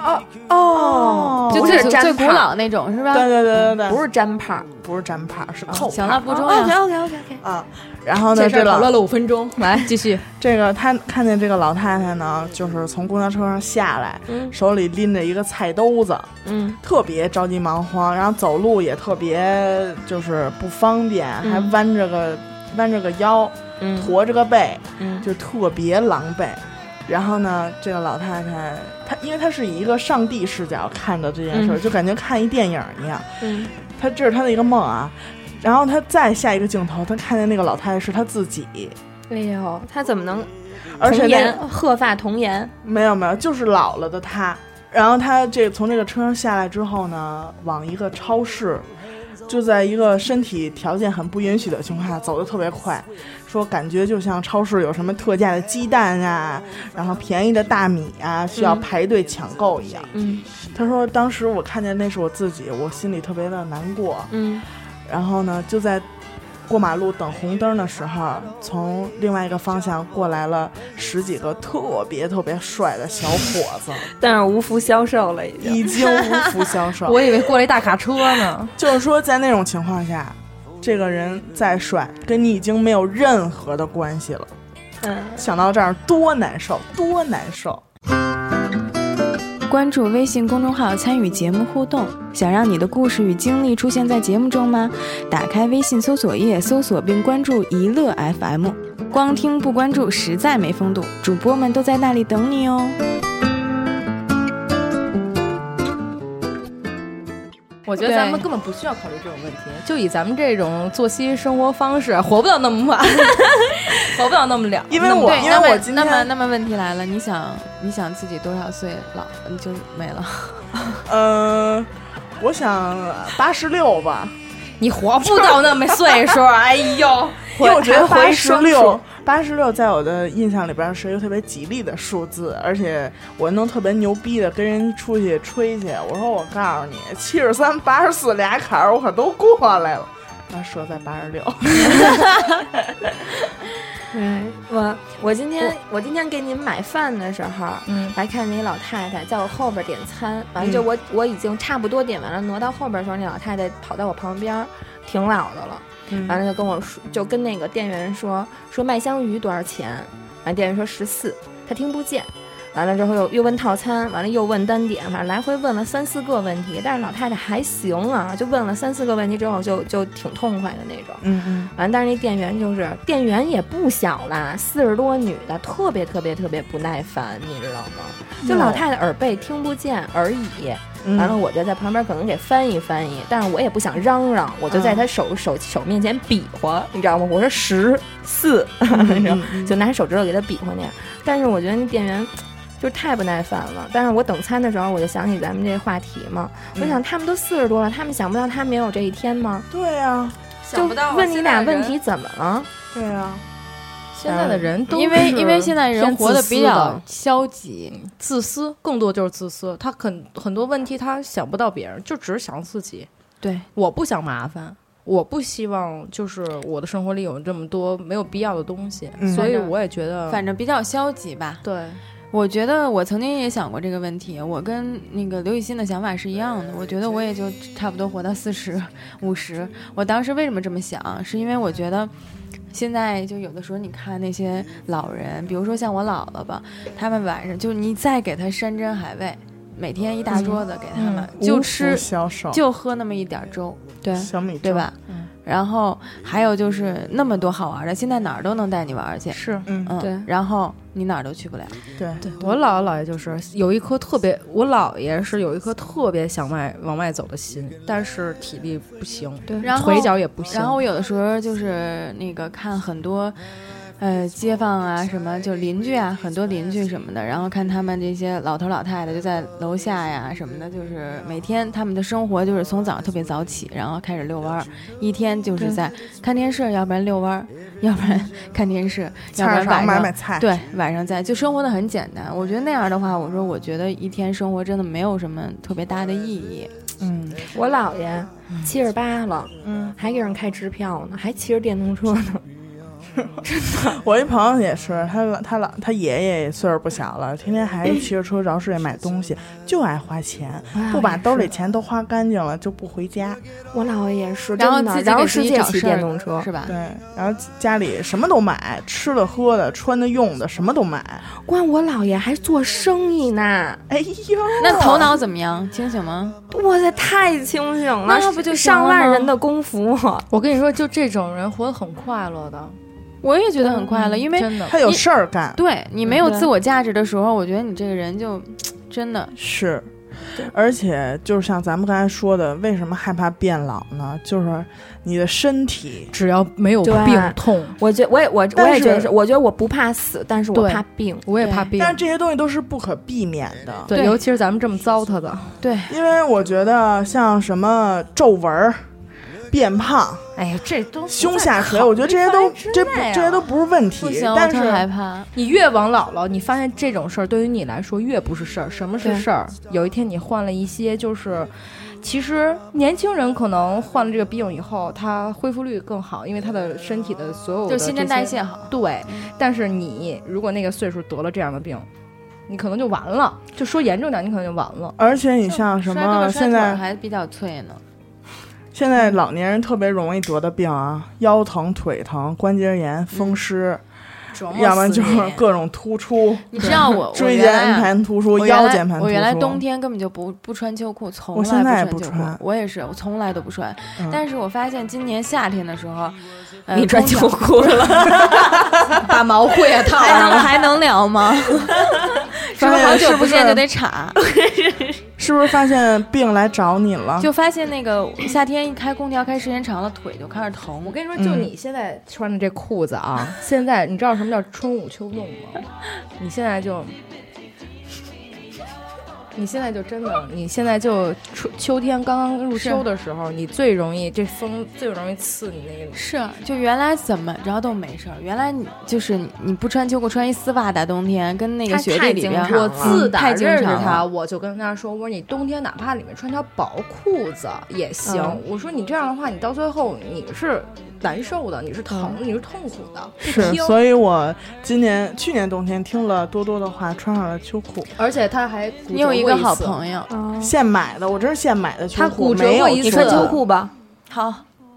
就最古老那种是吧？ 对， 不是粘帕， 是扣帕。 行了，不重要。 OK 啊，然后呢， 这讨论了5分钟，来继续。 这个他看见这个老太太呢，就是从公交车上下来，手里拎着一个菜兜子，特别着急忙慌，然后走路也特别就是不方便，还弯着个腰，驼着个背，就特别狼狈。然后呢，这个老太太因为她是以一个上帝视角看的这件事，就感觉看一电影一样。这是她的一个梦啊。然后她再下一个镜头，她看见那个老太太是她自己。 哎呦，她怎么能？ 而且鹤发童颜？ 没有，就是老了的她。然后她从这个车上下来之后呢，往一个超市。就在一个身体条件很不允许的情况下走得特别快，说感觉就像超市有什么特价的鸡蛋啊，然后便宜的大米啊，需要排队抢购一样。他说当时我看见那是我自己，我心里特别的难过。然后呢，就在过马路等红灯的时候，从另外一个方向过来了10几个特别帅的小伙子， 但是无福消受了， 已经无福消受。 我以为过了一大卡车呢。 就是说在那种情况下，这个人再帅跟你已经没有任何的关系了。想到这儿多难受。 关注微信公众号参与节目互动，想让你的故事与经历出现在节目中吗？打开微信搜索页，搜索并关注一乐 FM， 光听不关注实在没风度，主播们都在那里等你哦。 我觉得咱们根本不需要考虑这种问题，就以咱们这种作息生活方式，活不到那么晚，活不到那么了。 因为我今天那么问题来了，你想自己多少岁老你就没了？ 我想86吧。 你活不到那么岁数，哎呦！ 因为我觉得86在我的印象里边是一个特别吉利的数字，而且我能特别牛逼的跟人出去吹去。我说我告诉你，73、84俩坎儿我可都过来了，那说在86。 我今天给你们买饭的时候，来看那老太太在我后边点餐，完了就我已经差不多点完了，挪到后边的时候，那老太太跑到我旁边，挺老的了。完了就跟我说，就跟那个店员说麦香鱼多少钱？完了店员说14，他听不见。完了之后又问套餐，完了又问单点，反正来回问了3、4个问题，但是老太太还行啊，就问了3、4个问题之后就挺痛快的那种。完了但是那店员也不小啦，40多女的，特别不耐烦，你知道吗？就老太太耳背听不见而已。 完了我就在旁边可能给翻译翻译，但是我也不想嚷嚷，我就在他手面前比划，你知道吗？我说10、4，就拿手指头给他比划那样。但是我觉得那店员就是太不耐烦了。但是我等餐的时候，我就想起咱们这话题嘛，我想他们都40多了，他们想不到他们也有这一天吗？ 对呀， 就问你俩问题怎么了？ 对呀。 现在的人都因为现在人活得比较消极、 自私，更多就是自私。他很多问题他想不到别人，就只是想自己。 对， 我不想麻烦，我不希望就是我的生活里有这么多没有必要的东西，所以我也觉得反正比较消极吧。 对， 我觉得我曾经也想过这个问题，我跟那个刘雨欣的想法是一样的。我觉得我也就差不多活到40、50。我当时为什么这么想，是因为我觉得。现在就有的时候你看那些老人，比如说像我姥姥吧，他们晚上就你再给他山珍海味，每天一大桌子给他们，就吃就喝那么一点粥， 对，小米粥， 对吧？然后还有就是那么多好玩的，现在哪儿都能带你玩去， 是， 对，然后你哪儿都去不了。 对， 我姥爷就是有一颗特别，我姥爷是有一颗特别想往外走的心，但是体力不行， 对，然后腿脚也不行。 然后我有的时候就是那个看很多。街坊啊，什么就邻居啊，很多邻居什么的，然后看他们这些老头老太太就在楼下呀什么的，就是每天他们的生活就是从早上特别早起，然后开始遛弯儿，一天就是在看电视，要不然遛弯儿，要不然看电视，要不然晚上买菜， 对，晚上就生活的很简单。我觉得那样的话，我觉得一天生活真的没有什么特别大的意义。 我姥爷78了，还给人开支票呢，还骑着电动车呢。 真的，我一朋友也是，他爷爷也岁数不小了，天天还骑着车绕世界买东西，就爱花钱，不把兜里钱都花干净了就不回家。 我姥爷也是， 然后自己绕世界骑电动车是吧？ 对，然后家里什么都买，吃的喝的穿的用的什么都买。 关我姥爷还做生意呢， 哎呦， 那头脑怎么样？清醒吗？ 哇塞，太清醒了， 那不就上万人的功夫？ 我跟你说，就这种人活得很快乐的。 我也觉得很快乐，因为真的他有事儿干。 对，你没有自我价值的时候，我觉得你这个人就真的是。而且就是像咱们刚才说的，为什么害怕变老呢？就是你的身体只要没有病痛， 我也觉得是，我觉得我不怕死，但是我怕病， 我也怕病。 但是这些东西都是不可避免的， 对，尤其是咱们这么糟蹋的， 对， 因为我觉得像什么皱纹、变胖， 哎呀，这都胸下垂，我觉得这些都不是问题。 不行， 但是我特害怕。 你越往老了，你发现这种事儿对于你来说越不是事儿。什么是事儿？有一天你患了一些，就是其实年轻人可能患了这个病以后，他恢复率更好，因为他的身体的所有的就新陈代谢好。 对，但是你如果那个岁数得了这样的病，你可能就完了。就说严重点，你可能就完了。 而且你像什么现在还比较脆呢。 现在老年人特别容易得的病啊，腰疼、腿疼、关节炎、风湿，要不然就是各种突出。 你知道我椎间盘突出、腰间盘突出。 我原来冬天根本就不穿秋裤，从来不穿秋裤。我也是，我从来都不穿。但是我发现今年夏天的时候， 你穿秋裤了， 把毛裤也套上了， 还能聊吗？是不是好久不见就得查？ 是不是发现病来找你了？ 就发现那个夏天一开空调开时间长了，腿就开始疼。 我跟你说，就你现在穿的这裤子啊，现在你知道什么叫春捂秋冻吗？你现在就真的，你现在就秋天刚刚入秋的时候，你最容易这风最容易刺你那个。 是，就原来怎么着都没事儿，原来你不穿秋裤，穿一丝袜大冬天，跟那个雪地里边， 我自打认识他， 我就跟他说，我说你冬天哪怕里面穿条薄裤子也行。我说你这样的话，你到最后你是难受的，你是疼，你是痛苦的。 是，所以我去年冬天听了多多的话，穿上了秋裤， 而且他还你有一个好朋友， 现买的，我真是现买的秋裤， 他骨折过一次，你穿秋裤吧。 好，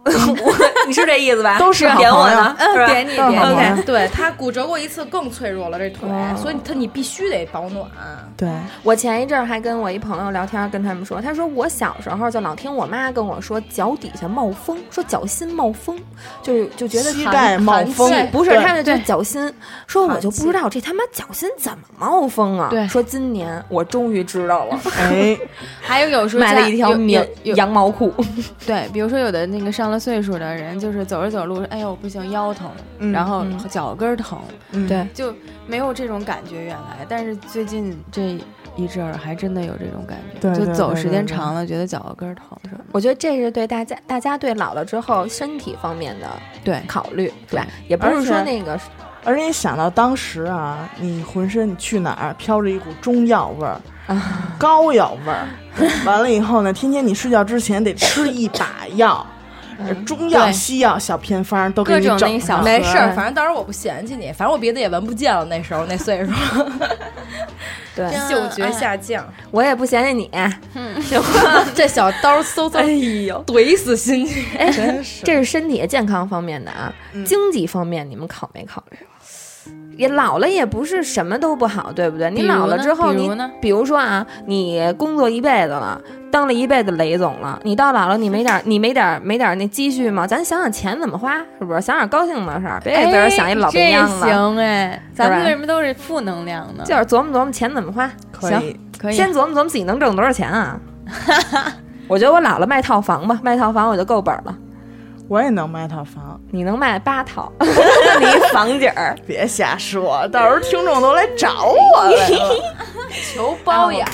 你是这意思吧？ 都是好朋友， 点你。 OK， 对他骨折过一次更脆弱了这腿，所以你必须得保暖。 对， 我前一阵儿还跟我一朋友聊天，跟他们说，他说我小时候就老听我妈跟我说脚底下冒风，说脚心冒风，就觉得膝盖冒风， 不是，他们就脚心，说我就不知道这他妈脚心怎么冒风啊？ 对， 说今年我终于知道了。 哎， 还有时候买了一条羊毛裤。 对，比如说有的那个上了岁数的人，就是走着走路，哎呦不行，腰疼，然后脚跟疼， 对， 就没有这种感觉原来，但是最近这一阵儿还真的有这种感觉， 对， 就走时间长了，觉得脚跟疼什么的。 我觉得这是对大家对老了之后身体方面的考虑，是吧？也不是说那个， 而且你想到当时啊，你浑身你去哪儿飘着一股中药味儿。膏药味儿，完了以后呢，天天你睡觉之前得吃一把药，中药、西药、小偏方都给你整上。 没事，反正到时候我不嫌弃你，反正我别的也闻不见了。那时候那岁数， 对， 嗅觉下降， 我也不嫌弃你。 行，这小刀嗖嗖，哎呦，怼死心去！ 哎，这是身体健康方面的啊，经济方面你们考没考虑？也老了也不是什么都不好，对不对？你老了之后，比如说啊，你工作一辈子了，当了一辈子雷总了，你到老了你没点那积蓄吗？咱想想钱怎么花，是不是？想点高兴的事儿，别给自个儿想一老病样子。 行哎，咱们为什么都是负能量呢？ 就是琢磨琢磨钱怎么花。 行， 可以。 先琢磨琢磨自己能挣多少钱啊！我觉得我老了卖套房吧，卖套房我就够本了。 我也能卖套房， 你能卖8套，你房景儿， 别瞎说，到时候听众都来找我来了， 求包养。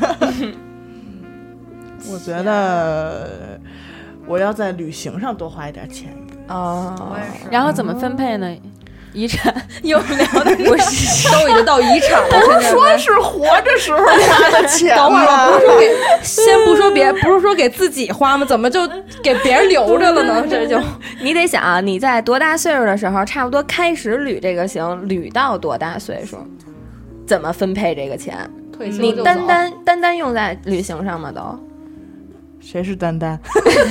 我觉得我要在旅行上多花一点钱我也是。 然后怎么分配呢？遗产又聊的不是都已经到遗产了， 不是说是活着时候花的钱吗？ 等会儿不是说先不说别，不是说给自己花吗？怎么就给别人留着了呢？这就你得想啊，你在多大岁数的时候，差不多开始捋这个行，捋到多大岁数，怎么分配这个钱？ 退休你单用在旅行上吗？都谁是丹丹？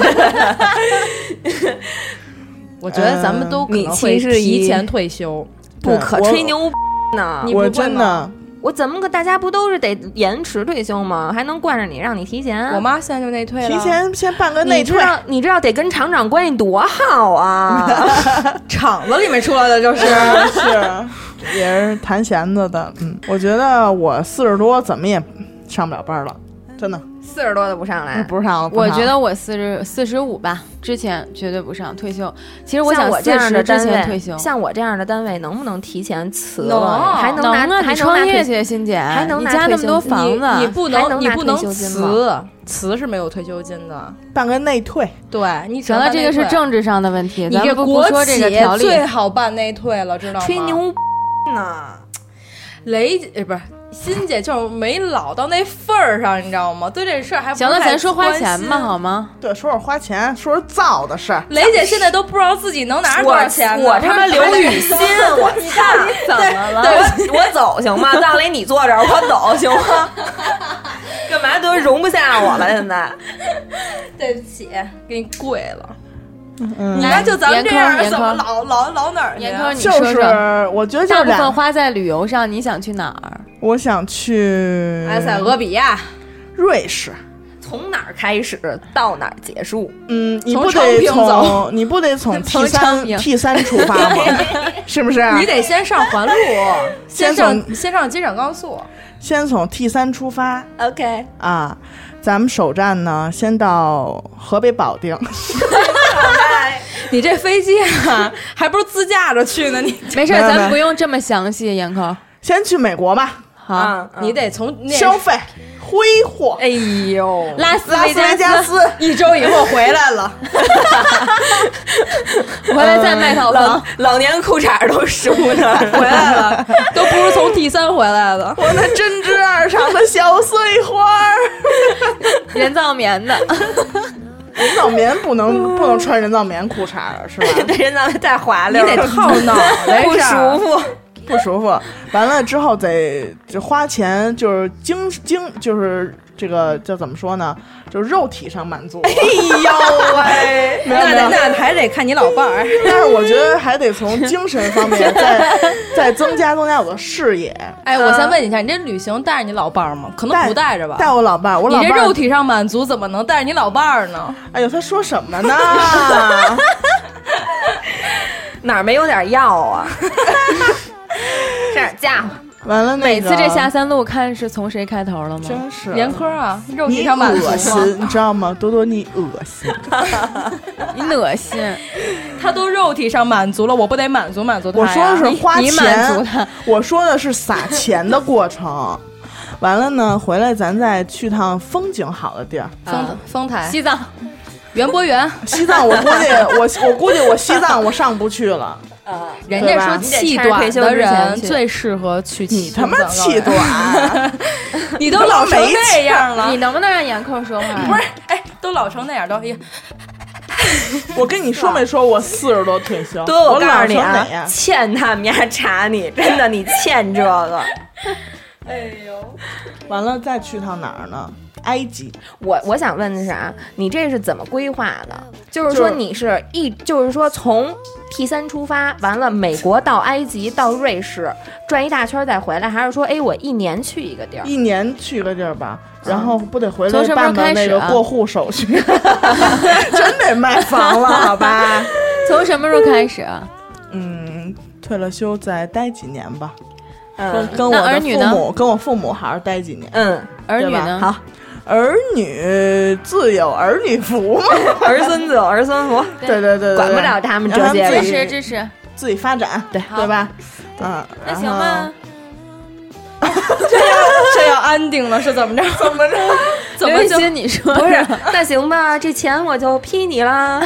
我觉得咱们都可能会提前退休， 不可吹牛呢。 我真的， 我怎么个大家不都是得延迟退休吗？还能惯着你让你提前？ 我妈现在就内退了， 提前先办个内退。 你知道得跟厂长关系多好啊！ 厂子里面出来的就是也是弹弦子的。我觉得我40多怎么也上不了班了，真的。 40多的不上来， 不上了。 我觉得我45吧，之前绝对不上退休。其实我想我这样的之前退休， 像我这样的单位能不能提前辞了？ 还能拿？ 你创业去，欣姐， 还能你家那么多房子， 你不能辞是没有退休金的， 办个内退。 对，你主要这个是政治上的问题， 你这不说这个条例最好办内退了，知道吗？ 吹牛呢， 雷不是。欣姐就是没老到那份儿上，你知道吗？对这事儿还不行了，咱说花钱吧，好吗？ 对，说说花钱，说说造的事儿。 雷姐现在都不知道自己能拿多少钱呢。 我他妈刘雨欣，我你到底怎么了？ 对，我走行吗？葬礼你坐这儿，我走行吗？干嘛都容不下我了？现在， 对不起，给你跪了。你看，就咱们这样，怎么老哪儿去？ 就是我觉得大部分花在旅游上。你想去哪儿？ 我想去埃塞俄比亚、 瑞士。 从哪儿开始到哪儿结束？ 你不得从 T3 出发吗？是不是？ 你得先上环路，先上京沈高速， 先从 T3 出发。 OK 啊，咱们首站呢，先到河北保定。 你这飞机啊，还不如自驾着去呢。你没事，咱不用这么详细。严口， 先去美国吧。 好， 你得从消费挥霍。 哎呦， 拉斯维加斯 1周以后回来了， 回来再卖套房， 老年裤衩都输呢， 回来了，都不是从 T3 回来的。 我那针织二厂的小碎花人造棉的。 人造棉不能穿人造棉裤衩了，是吧？ 对，人造棉太滑溜了，你得套脑袋上，不舒服。 完了之后得花钱，就是就是这个叫怎么说呢？就是肉体上满足。 哎呦喂，那还得看你老伴儿。 但是我觉得还得从精神方面再增加我的视野。 哎，我先问一下，你这旅行带着你老伴儿吗？可能不带着吧。 带我老伴儿， 你这肉体上满足怎么能带着你老伴儿呢？ 哎呦，他说什么呢？ 哪儿没有点药啊？这点家伙。 完了、 每次这下三路看是从谁开头了吗？ 真是严科啊，肉体上满足吗？ 你知道吗？多多你恶心， 你恶心， 他都肉体上满足了，我不得满足他呀？ 我说的是花钱， 你满足他， 我说的是撒钱的过程。完了呢，回来咱再去趟风景好的地儿， 丰台、 西藏、 园博园。 西藏我估计我西藏我上不去了。 人家说气短的人最适合去。 你他妈气短， 你都老成那样了， 你能不能让严扣说话？ 不是，哎，都老成那样都。 我跟你说没说，我40多退休。 对，我告诉你啊，欠他们家查你，真的，你欠这个。 哎呦， 完了再去趟哪儿呢？埃及。 我想问的是啊，你这是怎么规划的？就是说你是就是说从T3出发，完了美国到埃及到瑞士转一大圈再回来，还是说我1年去一个地儿？ 1年去一个地儿吧，然后不得回来办办那个过户手续？真得卖房了，好吧？ 从什么时候开始？ 退了休再待几年吧。跟我父母好好待几年。 儿女呢？ 好。 儿女自有儿女福嘛， 儿孙自有儿孙福。 对， 管不了他们这些， 支持自己发展，对吧？ 那行吧。 这要安定了是怎么着？ 怎么就你说不是？那行吧，这钱我就批你了，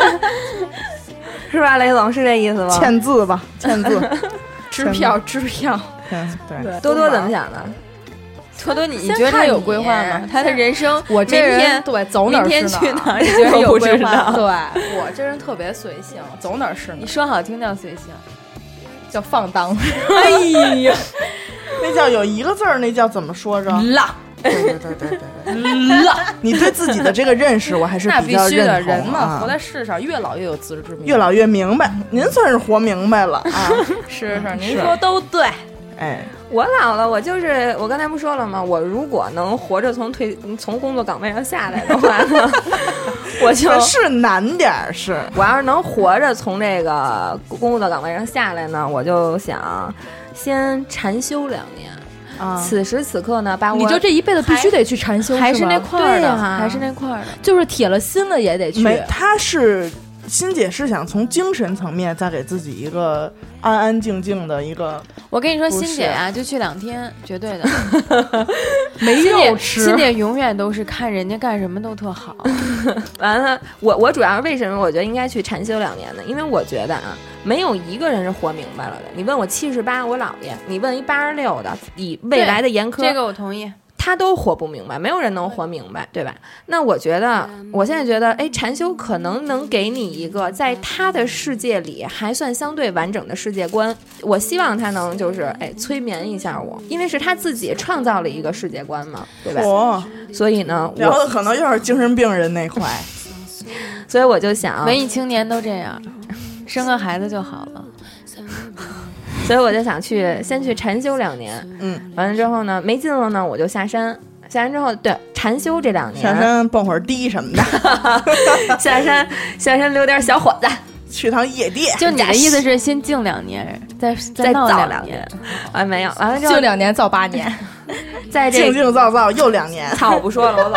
是吧，雷总是这意思吧？ 签字吧，签字， 支票。 对， 多多怎么想的？ 多多，你觉得他有规划吗？他的人生， 我这人对走哪儿是哪儿， 明天去哪儿？你觉得有规划？ 对，我这人特别随性，走哪儿是哪儿。 你说好听叫随性， 叫放荡。哎呀， 那叫有一个字儿，那叫怎么说着？ 浪。 对，浪。你对自己的这个认识，我还是比较认同。 那必须的，人嘛，活在世上，越老越有自知之明， 越老越明白。您算是活明白了啊！ 是，您说都对。 哎， 我老了，我刚才不说了吗？我如果能活着从工作岗位上下来的话呢，我就是难点儿是。 我要是能活着从这个工作岗位上下来呢，我就想先禅修2年。此时此刻呢，把我你就这一辈子必须得去禅修， 还是那块的， 还是那块的， 就是铁了心了也得去。 他是欣姐是想从精神层面再给自己一个安安静静的一个。 我跟你说，欣姐啊，就去2天，绝对的。 没肉吃。 欣姐永远都是看人家干什么都特好。 完了，我主要是为什么我觉得应该去禅修2年呢？因为我觉得啊，没有一个人是活明白了的。你问我78，我姥爷；你问一86的，以未来的严苛， 这个我同意。 他都活不明白，没有人能活明白，对吧？那我觉得，我现在觉得，禅修可能给你一个在他的世界里还算相对完整的世界观。我希望他能就是催眠一下我，因为是他自己创造了一个世界观嘛，对吧？所以呢， 聊的可能又是精神病人那块， 所以我就想， 文艺青年都这样，生个孩子就好了。 所以我就想先去禅修2年，完了之后呢，没劲了呢，我就下山之后，对，禅修这2年， 下山蹦会儿迪什么的， 下山溜点小伙子， 去趟夜店。 就你的意思是先静2年，再造 2 年？没有，完了之后静2年造8年， 在这静造又2年。 操，我不说了，我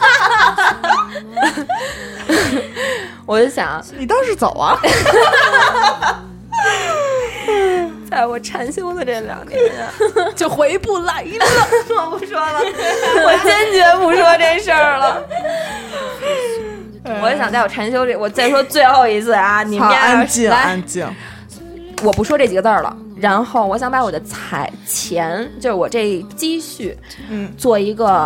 走。我就想， 你倒是走啊。 在我禅修的这2年就回不来了。 我不说了，我坚决不说这事儿了。我就想在我禅修我再说最后一次啊，你们安静， 我不说这几个字了。然后我想把我的钱，就是我这积蓄，做一个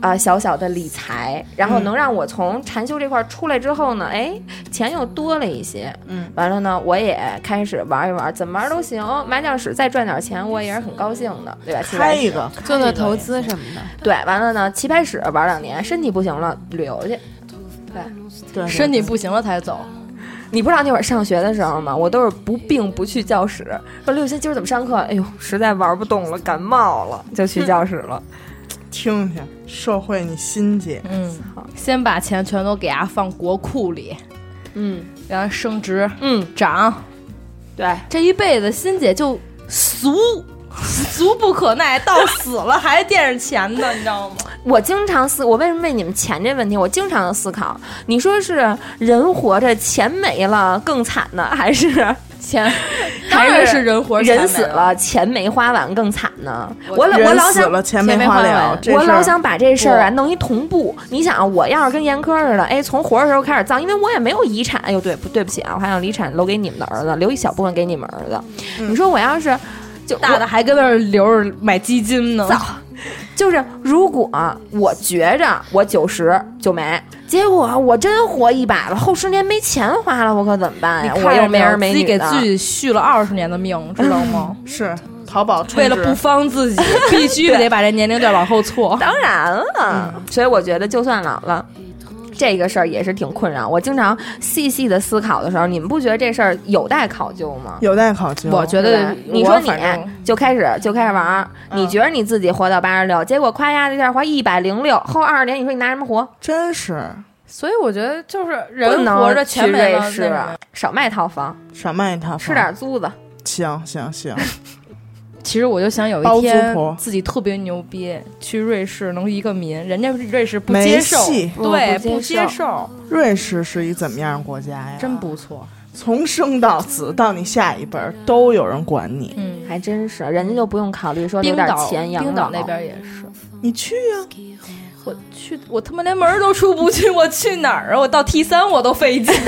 小小的理财，然后能让我从禅修这块出来之后呢，钱又多了一些。完了呢，我也开始玩一玩，怎么玩都行。麻将室再赚点钱，我也是很高兴的，对吧？ 开一个， 做做投资什么的。 对，完了呢，棋牌室玩2年，身体不行了，旅游去。 对，身体不行了才走。 你不知道那会儿上学的时候吗？我都是不病不去教室。说刘雨欣今儿怎么上课？哎呦，实在玩不动了，感冒了，就去教室了。 听听，社会你心结。 好，先把钱全都给它放国库里，让它升值，涨。 对， 这一辈子欣姐就俗不可耐，到死了还惦着钱呢，你知道吗？ 我经常我为什么问你们钱这问题？我经常的思考，你说是人活着钱没了更惨呢，还是钱？还是人活人死了钱没花完更惨呢？我老想了钱没花了， 我老想把这事儿弄一同步。你想，我要是跟严科似的，从活的时候开始脏，因为我也没有遗产。哎呦，对不起啊，我还想遗产留给你们的儿子，留一小部分给你们儿子。你说我要是就大的还跟那儿留着买基金呢。 就是如果我觉着我90就没，结果我真活100了，后10年没钱花了，我可怎么办呀？我又没儿没女的， 自己给自己续了20年的命，知道吗？ 是淘宝为了不方自己，必须得把这年龄段往后错。 当然了，所以我觉得就算老了。这个事儿也是挺困扰，我经常细细的思考的时候，你们不觉得这事儿有待考究吗？ 有待考究。 我觉得， 你说你就开始玩，你觉得你自己活到86，结果夸呀一下活106，后20年你说你拿什么活？ 真是。 所以我觉得就是人活着全没了， 少卖套房，吃点租子。 行。 其实我就想有一天自己特别牛逼，去瑞士能移个民，人家瑞士不接受，对，不接受。 瑞士是一怎么样的国家呀？ 真不错， 从生到死到你下一辈都有人管你。 还真是，人家就不用考虑说有点钱养老。 冰岛那边也是， 你去呀。 我他妈连门都出不去，我去哪儿啊？我到 T3我都费劲。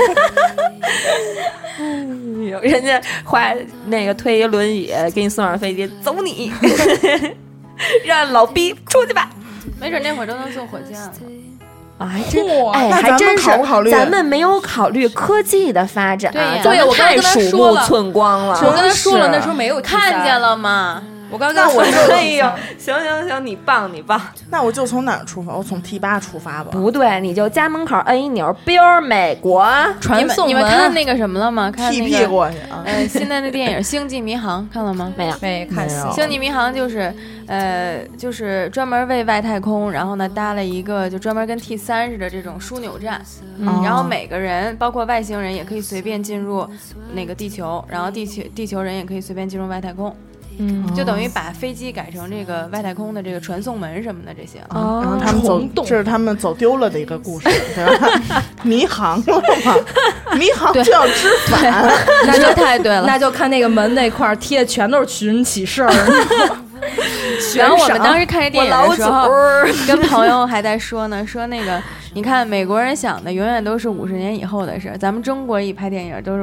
人家推一轮椅给你送上飞机，走你，让老逼出去吧。 没准那会儿都能坐火箭了。 还真是，咱们没有考虑科技的发展， 对，我太鼠目寸光了。 我跟他说了，那时候没有看见了吗？ 我刚刚我就哎呦，行，你棒！ 那我就从哪儿出发？我从 T8 出发吧。 不对，你就家门口摁一钮，标美国传送。 你们看那个什么了吗？看那个过去啊。 现在的电影《星际迷航》看了吗？ 没看。 星际迷航就是专门为外太空，然后呢搭了一个就专门跟 T3似的这种枢纽站，然后每个人包括外星人也可以随便进入那个地球，然后地球人也可以随便进入外太空。就等于把飞机改成这个外太空的这个传送门什么的这些， 然后他们这是他们走丢了的一个故事，对吧？迷航了嘛？迷航就要知返， 那就太对了。 那就看那个门那块贴的全都是寻人启事儿。 然后我们当时看这电影的时候，跟朋友还在说呢，说那个你看美国人想的永远都是50年以后的事，咱们中国一拍电影都是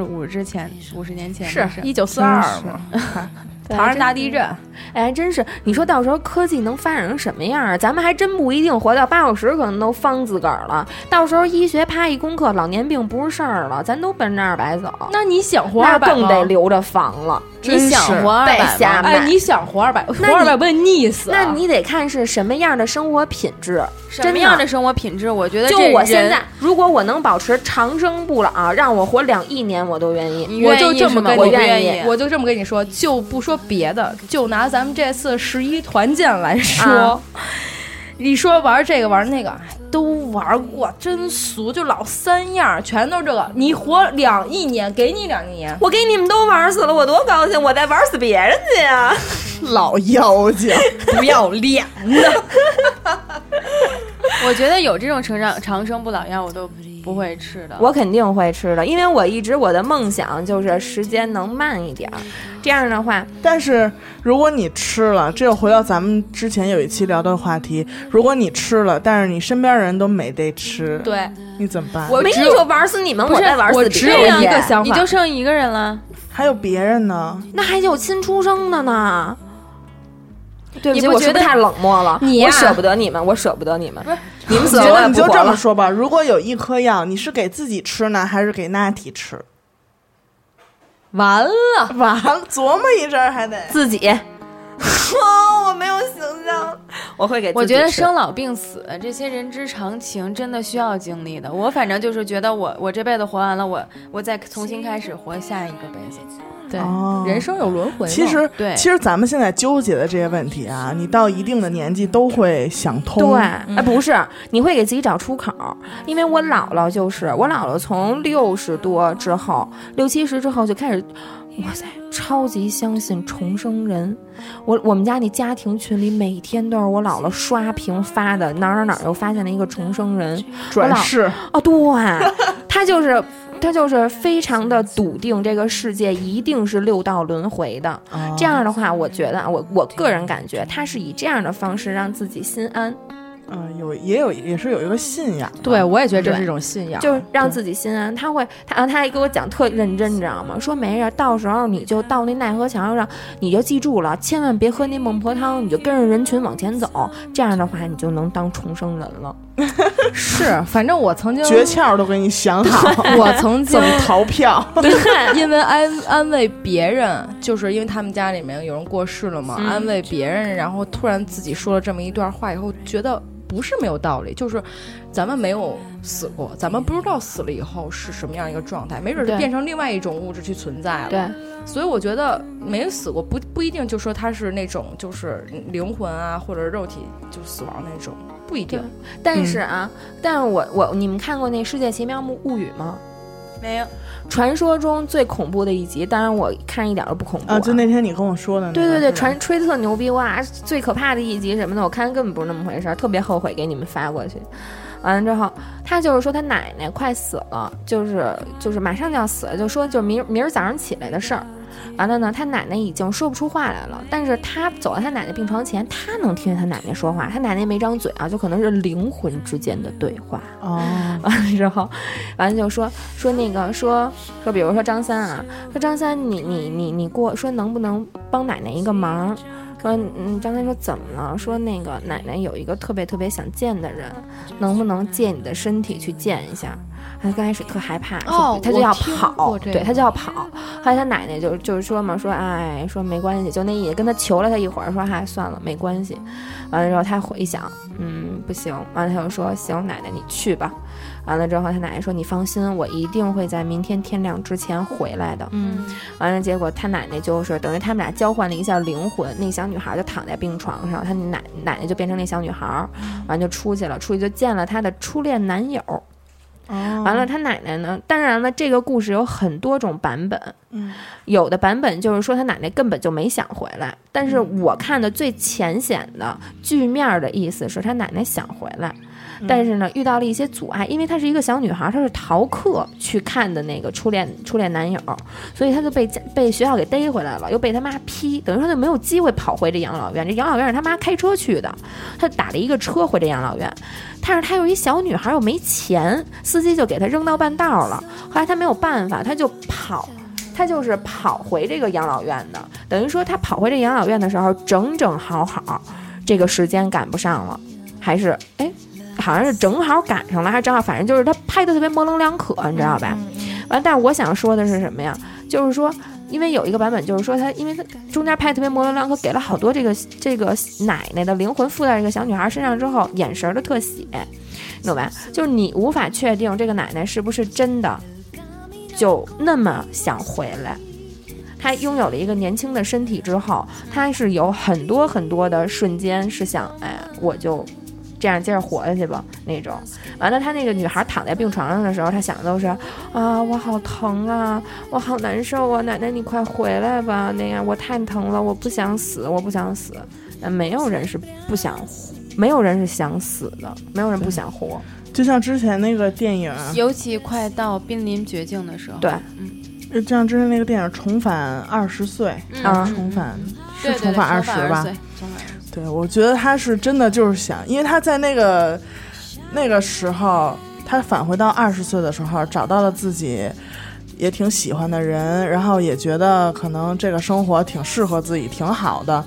50年前的事， 是1942嘛。唐山大地震， 真是，你说到时候科技能发展成什么样啊？咱们还真不一定活到80-90，可能都方自个儿了。到时候医学啪一攻克，老年病不是事儿了，咱都奔着200走。 那你想活200吗？ 那更得留着防了。 你想活200 吗？ 你想活200，活200不得溺死？ 那你得看是什么样的生活品质。 什么样的生活品质？我觉得就我现在，如果我能保持长生不老，让我活2亿年，我都愿意。 我就这么跟我愿意， 我就这么跟你说，就不说别的，就拿咱们这次11团建来说，你说玩这个玩那个都玩过，真俗，就老3样，全都这个。你活2亿年，给你2亿年， 我给你们都玩死了，我多高兴！我再玩死别人去呀！ 老妖精， 不要脸的。 我觉得有这种长生不老药，我都不会吃的。 我肯定会吃的，因为我一直我的梦想就是时间能慢一点，这样的话。 但是如果你吃了，这又回到咱们之前有一期聊的话题，如果你吃了，但是你身边人都没得吃， 对， 你怎么办？ 我没说玩死你们，我再玩死别人。 我只有一个想法， 你就剩一个人了， 还有别人呢？ 那还有新出生的呢。 对不起，我是不是太冷漠了？我舍不得你们，我舍不得你们。你们死了我也不活了。 你就这么说吧，如果有一颗药，你是给自己吃呢，还是给娜提吃？ 完了， 琢磨一阵还得自己。我没有形象，我会给自己吃。 我觉得生老病死这些人之常情，真的需要经历的。我反正就是觉得我这辈子活完了，我再重新开始活下一个辈子。 对，人生有轮回。 其实咱们现在纠结的这些问题啊，你到一定的年纪都会想通。 对，不是，你会给自己找出口。因为我姥姥从60多之后，60、70之后就开始，哇塞，超级相信重生人。我们家那家庭群里每天都是我姥姥刷屏发的，哪儿又发现了一个重生人转世。 哦，对，他就是非常的笃定这个世界一定是6道轮回的。这样的话，我觉得我个人感觉他是以这样的方式让自己心安。 也是有一个信仰。 对，我也觉得这是一种信仰， 就是让自己心安。他还给我讲特认真，你知道吗？说没事，到时候你就到那奈何桥上，你就记住了，千万别喝那孟婆汤，你就跟着人群往前走，这样的话你就能当重生人了。 是，反正我曾经诀窍都给你想好， 我曾经怎么逃票， 因为安慰别人，就是因为他们家里面有人过世了嘛，安慰别人，然后突然自己说了这么一段话以后，觉得不是没有道理，就是咱们没有死过，咱们不知道死了以后是什么样一个状态，没准就变成另外一种物质去存在了。 对， 所以我觉得没死过不一定就说他是那种就是灵魂啊或者肉体就死亡那种，不一定。 但是你们看过那《世界奇妙物语》吗？ 没有。 传说中最恐怖的一集，当然我看一点都不恐怖啊！ 就那天你跟我说的那个， 对，吹特牛逼哇！最可怕的一集什么的，我看根本不是那么回事，特别后悔给你们发过去。完了之后，他就是说他奶奶快死了，就是马上就要死了，就说就是明儿早上起来的事儿。完了呢，他奶奶已经说不出话来了，但是他走到他奶奶病床前，他能听见他奶奶说话，他奶奶没张嘴啊，就可能是灵魂之间的对话。完了之后，完了就说那个说比如说张三啊，说张三你过说能不能帮奶奶一个忙？说张三说怎么了？说那个奶奶有一个特别特别想见的人，能不能借你的身体去见一下？他刚开始特害怕，他就要跑，对，他就要跑。后来他奶奶就是说嘛，说哎，说没关系，就那意思，跟他求了他一会儿，说嗨，算了，没关系。完了之后他回想，不行。完了他就说行，奶奶你去吧。完了之后他奶奶说你放心，我一定会在明天天亮之前回来的。完了结果他奶奶就是等于他们俩交换了一下灵魂，那小女孩就躺在病床上，他奶奶就变成那小女孩，完就出去就见了他的初恋男友。完了他奶奶呢，当然了这个故事有很多种版本，有的版本就是说他奶奶根本就没想回来，但是我看的最浅显的剧面的意思是他奶奶想回来，但是呢遇到了一些阻碍，因为她是一个小女孩，她是逃课去看的那个初恋男友，所以她就被学校给逮回来了，又被他妈批，等于说就没有机会跑回这养老院，这养老院是他妈开车去的，她打了一个车回这养老院，但是她有一小女孩又没钱，司机就给她扔到半道了，后来她没有办法，她就是跑回这个养老院的，等于说她跑回这养老院的时候整整好这个时间赶不上了，还是好像是正好赶上了，还是正好，反正就是他拍的特别模棱两可，你知道吧？完，但是我想说的是什么呀？就是说，因为有一个版本就是说他，因为他中间拍特别模棱两可，给了好多这个奶奶的灵魂附在这个小女孩身上之后，眼神的特写，你懂吧？就是你无法确定这个奶奶是不是真的就那么想回来。她拥有了一个年轻的身体之后，她是有很多很多的瞬间是想，我就这样接着活下去吧那种。完了，她那个女孩躺在病床上的时候，她想的都是啊，我好疼啊，我好难受啊，奶奶你快回来吧，那样我太疼了，我不想死。没有人是不想，没有人是想死的，没有人不想活。 就像之前那个电影， 尤其快到濒临绝境的时候， 对， 就像之前那个电影《重返20岁》，重返20吧？对，我觉得他是真的就是想，因为他在那个时候，他返回到20岁的时候，找到了自己也挺喜欢的人，然后也觉得可能这个生活挺适合自己，挺好的。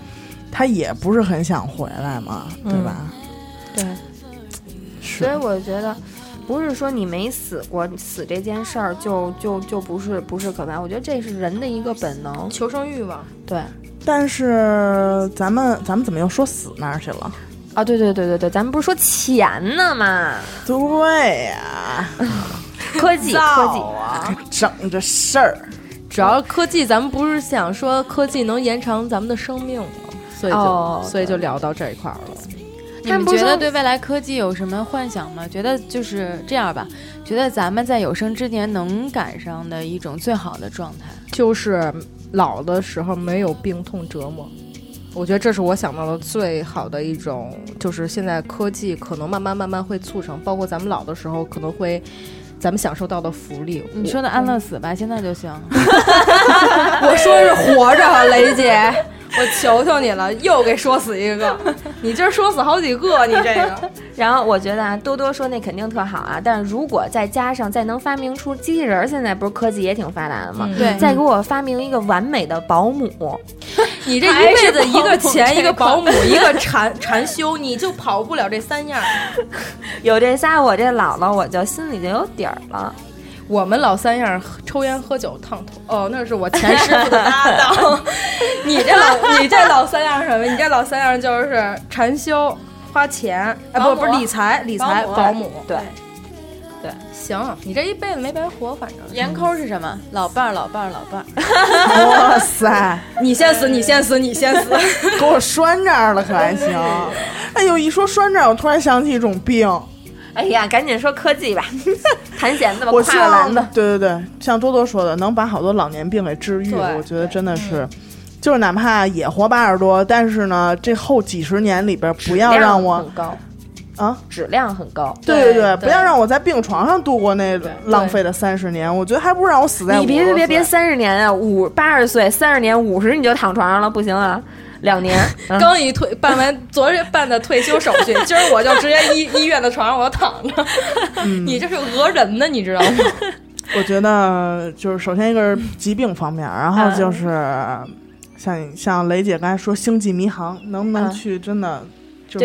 他也不是很想回来嘛，对吧？ 对，所以我觉得不是说你没死过，死这件事儿就不是可怕。我觉得这是人的一个本能， 求生欲望。 对， 但是咱们怎么又说死那儿去了？ 啊，对，咱们不是说钱呢吗？ 对呀， 科技啊，整这事儿， 主要科技，咱们不是想说科技能延长咱们的生命吗？所以就聊到这一块了。 你们觉得对未来科技有什么幻想吗？觉得就是这样吧，觉得咱们在有生之年能赶上的一种最好的状态， 就是老的时候没有病痛折磨。我觉得这是我想到的最好的一种，就是现在科技可能慢慢会促成，包括咱们老的时候可能会咱们享受到的福利。 你说的安乐死吧，现在就行。 我说是活着，雷姐，我求求你了，又给说死一个，你今儿说死好几个，你这个。 然后我觉得啊，多多说那肯定特好啊，但是如果再加上再能发明出机器人，现在不是科技也挺发达的吗？ 对， 再给我发明一个完美的保姆， 你这一辈子一个钱一个保姆一个禅修，你就跑不了这3样。 有这仨，我这姥姥我就心里就有底儿了。 我们老3样：抽烟、喝酒、烫头。哦，那是我前师傅的搭档。你这老3样什么？你这老3样就是禅修、花钱，不是理财、保姆。对，行，你这一辈子没白活，反正。 严抠是什么？老伴儿。 哇塞！ 你先死， 给我拴这儿了可还行？哎呦，一说拴这儿，我突然想起一种病。 哎呀，赶紧说科技吧，弹弦子吧， 我希望的。 对，像多多说的，能把好多老年病给治愈，我觉得真的是，就是哪怕也活80多，但是呢，这后几十年里边不要让我很高啊， 质量很高。 对，不要让我在病床上度过那浪费的30年，我觉得还不如让我死在50岁。 你别30年啊，80岁30年50你就躺床上了，不行啊。2年， 刚一办完昨日办的退休手续，今儿我就直接医院的床上我就躺着。你这是讹人呢，你知道吗？ 我觉得就是首先一个是疾病方面，然后就是像雷姐刚才说星际迷航，能不能去真的就是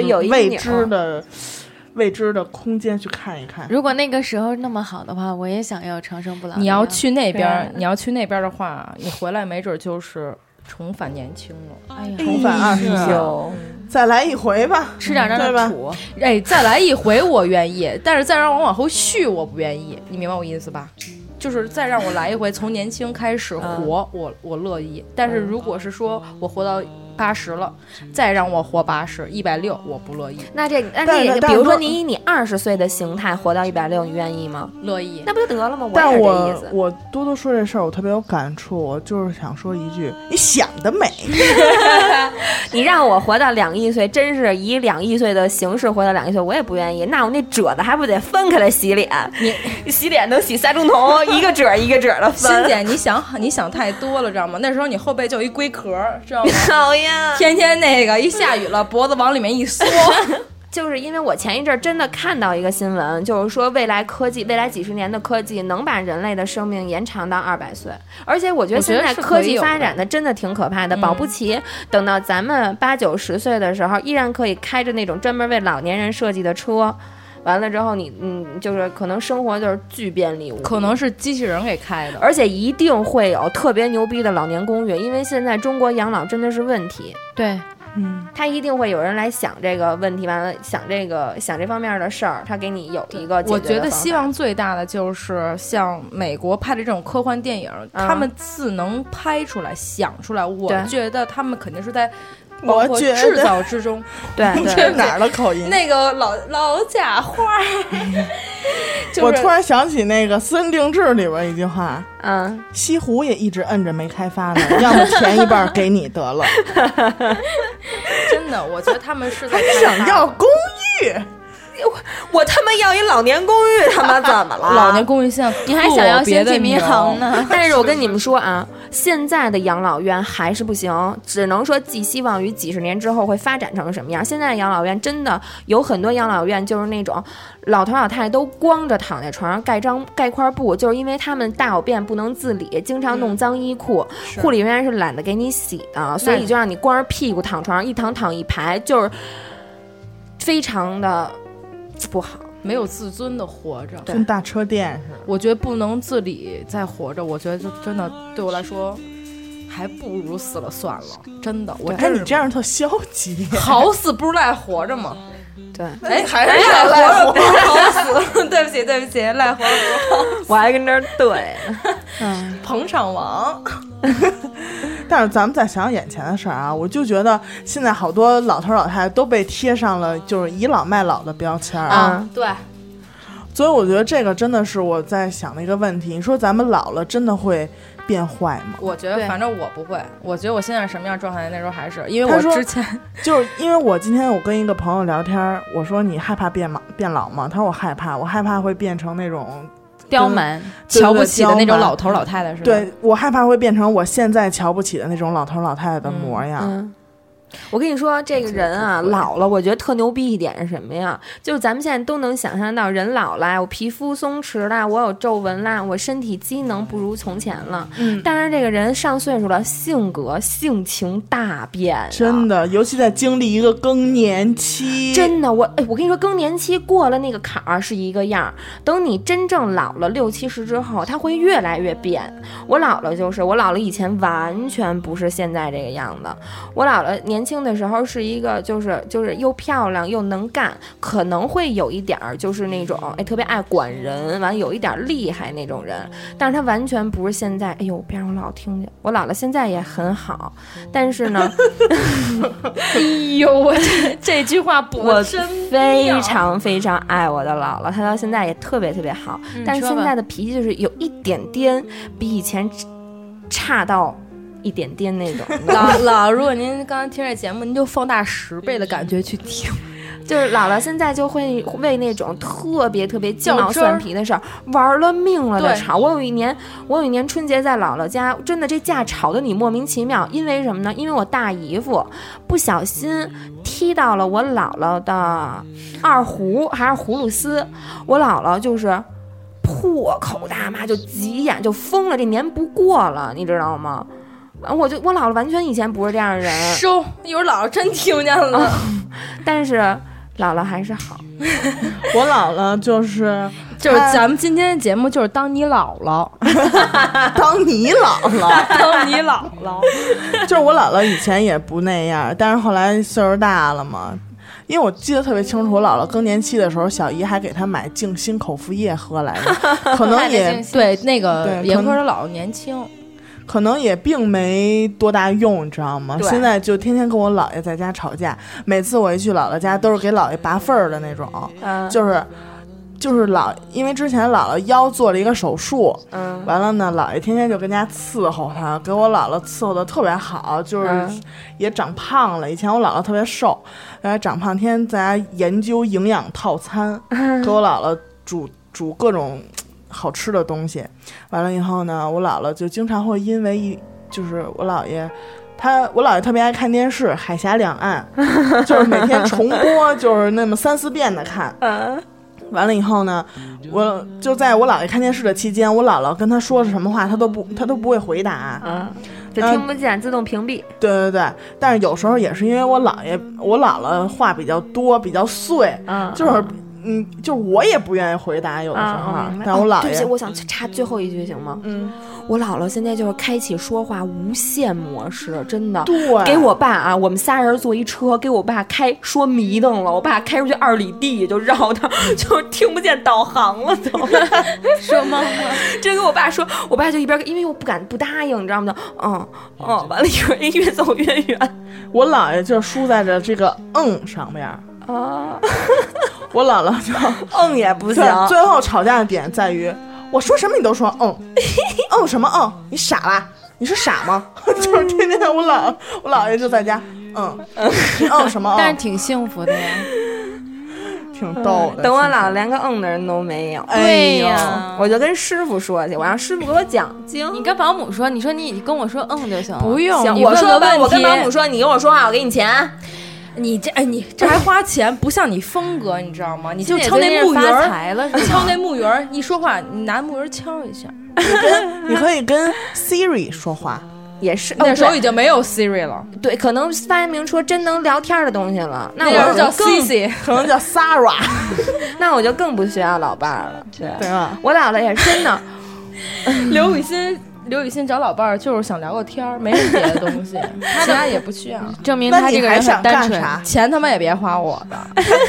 未知的空间去看一看？ 如果那个时候那么好的话，我也想要长生不老。 你要去那边的话，你回来没准就是重返年轻了。 哎呀， 重返20岁，再来一回吧， 吃点那的土。 哎，再来一回我愿意，但是再让我往后续我不愿意，你明白我意思吧？就是再让我来一回，从年轻开始活，我乐意。但是如果是说我活到80了，再让我活80、160，我不乐意。 那比如说你以你20岁的形态活到160，你愿意吗？ 乐意。 那不就得了吗？ 但我多多说这事儿，我特别有感触。我就是想说一句：你想得美！ 你让我活到2亿岁，真是以2亿岁的形式活到2亿岁，我也不愿意。那我那褶子还不得分开来洗脸？你洗脸能洗3钟头，一个褶一个褶的分。 欣姐，你想太多了，知道吗？那时候你后背就一龟壳，知道吗？ 讨厌。 天天那个一下雨了，脖子往里面一缩。 就是因为我前一阵真的看到一个新闻，就是说未来几十年的科技能把人类的生命延长到200岁，而且我觉得现在科技发展的真的挺可怕的，保不齐等到咱们80、90岁的时候，依然可以开着那种专门为老年人设计的车。完了之后你就是可能生活就是巨便利无比， 可能是机器人给开的， 而且一定会有特别牛逼的老年公寓，因为现在中国养老真的是问题。 对， 他一定会有人来想这个问题，完了想这方面的事儿，他给你有一个解决的方法。 我觉得希望最大的就是像美国拍的这种科幻电影，他们自能拍出来想出来，我觉得他们肯定是在包括制造之中。 对， 这是哪儿的口音？ 那个老假话。 我突然想起那个《私人定制》里边一句话，西湖也一直摁着没开发呢，要么填一半给你得了。 真的，我觉得他们是在想要公寓。 我他妈要一老年公寓，他妈怎么了？ 老年公寓现在你还想要星际迷航呢？ 但是我跟你们说啊， 现在的养老院还是不行，只能说寄希望于几十年之后会发展成什么样。现在的养老院真的有很多养老院就是那种老头老太太都光着躺在床上盖块布，就是因为他们大小便不能自理，经常弄脏衣裤，护理人员是懒得给你洗的，所以就让你光着屁股躺床上，一躺一排，就是非常的不好， 没有自尊的活着， 跟大车店似的。 我觉得不能自理再活着，我觉得就真的对我来说还不如死了算了，真的。我你这样特消极， 好死不如赖活着嘛。 对， 还是赖活着好死。对不起，赖活着不好， 我还跟这儿对， 捧场王。 但是咱们再想想眼前的事儿啊，我就觉得现在好多老头老太太都被贴上了就是倚老卖老的标签啊，对。 所以我觉得这个真的是我在想的一个问题。你说咱们老了真的会变坏吗？ 我觉得反正我不会，我觉得我现在什么样状态那时候还是，因为我之前就是因为我今天我跟一个朋友聊天，我说你害怕变老吗？他说我害怕会变成那种刁蛮瞧不起的那种老头老太太，是吧？ 对，我害怕会变成我现在瞧不起的那种老头老太太的模样。 我跟你说，这个人啊老了，我觉得特牛逼一点是什么呀？就是咱们现在都能想象到，人老了，我皮肤松弛了，我有皱纹啦，我身体机能不如从前了。但是这个人上岁数了，性情大变， 真的，尤其在经历一个更年期。 真的，我跟你说，更年期过了那个坎儿是一个样，等你真正老了60、70之后，它会越来越变。我姥姥以前完全不是现在这个样子，我姥姥年轻的时候是一个就是又漂亮又能干，可能会有一点就是那种特别爱管人，完有一点厉害那种人，但是她完全不是现在。哎呦，别让我老听见。我姥姥现在也很好，但是呢哎呦，我这句话我非常非常爱我的姥姥，她到现在也特别特别好，但是现在的脾气就是有一点点比以前差到一点点那种。 老，如果您刚刚听这节目，您就放大10倍的感觉去听。 就是姥姥现在就会为那种特别特别鸡毛蒜皮的事儿玩了命了的吵。我有一年春节在姥姥家，真的这架吵得你莫名其妙。因为什么呢？因为我大姨夫不小心踢到了我姥姥的二胡还是葫芦丝，我姥姥就是破口大骂，就急眼就疯了，这年不过了，你知道吗？我姥姥完全以前不是这样的人。 收，一会儿姥姥真听见了。 但是姥姥还是好。 我姥姥就是咱们今天的节目就是当你姥姥当你姥姥就是我姥姥以前也不那样，但是后来岁数大了嘛，因为我记得特别清楚，我姥姥更年期的时候，小姨还给她买静心口服液喝来着，可能也对那个严科的姥姥年轻， 可能也并没多大用，你知道吗？现在就天天跟我姥爷在家吵架，每次我一去姥姥家都是给姥爷拔份儿的那种，就是因为之前姥姥腰做了一个手术，完了呢，姥爷天天就跟家伺候她，给我姥姥伺候的特别好，就是也长胖了。以前我姥姥特别瘦，然后长胖，天天在家研究营养套餐，给我姥姥煮各种好吃的东西。完了以后呢，我姥姥就经常会因为就是我姥爷特别爱看电视《海峡两岸》，就是每天重播，就是那么3、4遍的看。完了以后呢，我就在我姥爷看电视的期间，我姥姥跟他说什么话，他都不会回答， 就听不见，自动屏蔽。 对，但是有时候也是因为我姥姥话比较多，比较碎，就是就我也不愿意回答，有的时候。但我姥爷， 对不起，我想插最后一句行吗？我姥姥现在就是开启说话无限模式，真的。 对， 给我爸我们仨人坐一车，给我爸说迷瞪了，我爸开出去2里地就绕他，就听不见导航了都。 说妈妈， 真跟我爸说，我爸就一边因为我不敢不答应，你知道吗？完了一会儿越走越远。 我姥爷就输在这个上面。我姥姥就也不行。 最后吵架的点在于，我说什么你都说什么你傻啦？你是傻吗？就是天天我姥爷就在家什么但是挺幸福的呀。 挺逗的。 等我姥姥连个的人都没有。 对呀， 我就跟师傅说去，我让师傅给我讲经。 你跟保姆说，你说你跟我说就行了。 不用， 我说吧，我跟保姆说，你跟我说话，我给你钱。 你这还花钱，不像你风格，你知道吗？你就敲那木鱼儿，敲那木鱼儿，一说话你拿木鱼敲一下。 你可以跟 Siri 说话。 也是， 那时候已经没有 Siri 了。 对，可能发明出真能聊天的东西了。那我叫 Cici， 可能叫 Sarah。 那我就更不需要老伴儿了。 对吧？ 我姥姥也是真的。 刘雨欣找老伴儿就是想聊个天儿，没什么别的东西，其他也不需要。 证明他这个人很单纯， 钱他妈也别花我的。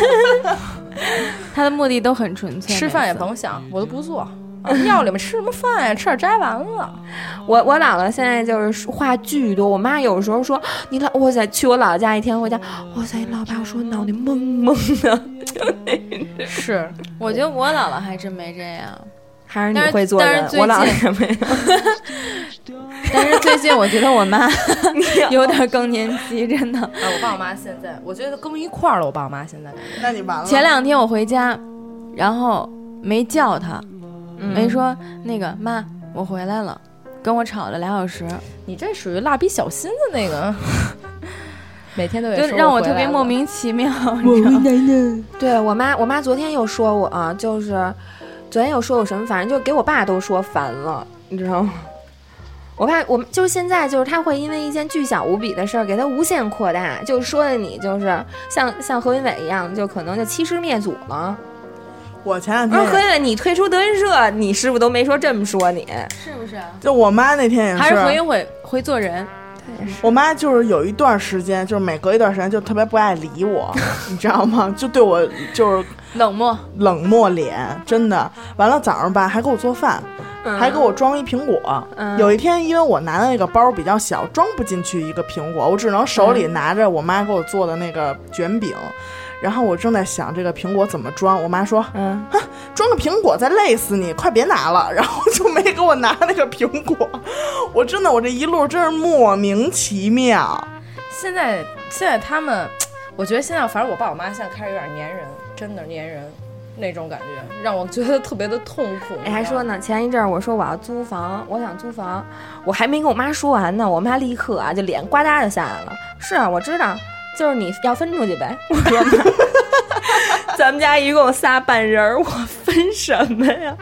他的目的都很纯粹， 吃饭也甭想，我都不做。庙里面吃什么饭呀？吃点摘完了。 我姥姥现在就是话巨多。我妈有时候说你哇塞，去我姥姥家一天回家，哇塞，老爸说脑袋懵懵的。 是，我觉得我姥姥还真没这样。 还是你会做人，我姥姥没有。 但是最近我觉得我妈有点更年期，真的。 我爸我妈现在，我觉得更一块儿了。我爸我妈现在， 那你完了。 前2天我回家，然后没叫她，没说那个妈，我回来了，跟我吵了2小时。 你这属于蜡笔小新的那个。每天都得说就让我特别莫名其妙，你知道吗？ 对我妈昨天又说我啊，就是昨天又说我什么，反正就给我爸都说烦了，你知道吗？我就是现在就是他会因为一件巨小无比的事儿给他无限扩大，就说的你就是像何云伟一样，就可能就欺师灭祖了。 我前2天何云伟，你退出德云社，你师傅都没说这么说你， 是不是？ 就我妈那天也是， 还是何云伟会做人。 我妈就是有一段时间，就是每隔一段时间就特别不爱理我，你知道吗？就对我就是冷漠脸，真的。完了早上吧还给我做饭，还给我装一苹果。有一天因为我拿的那个包比较小，装不进去一个苹果，我只能手里拿着我妈给我做的那个卷饼。然后我正在想这个苹果怎么装，我妈说装个苹果再累死你，快别拿了。然后就没给我拿那个苹果。我真的我这一路真是莫名其妙。 现在他们，我觉得现在反正我爸我妈现在开始有点粘人，真的粘人那种感觉，让我觉得特别的痛苦。 还说呢，前一阵我说我要租房，我想租房，我还没跟我妈说完呢，我妈立刻就脸呱嗒就下来了。是啊，我知道，就是你要分出去呗。我说妈，咱们家一共仨半人，我分什么呀？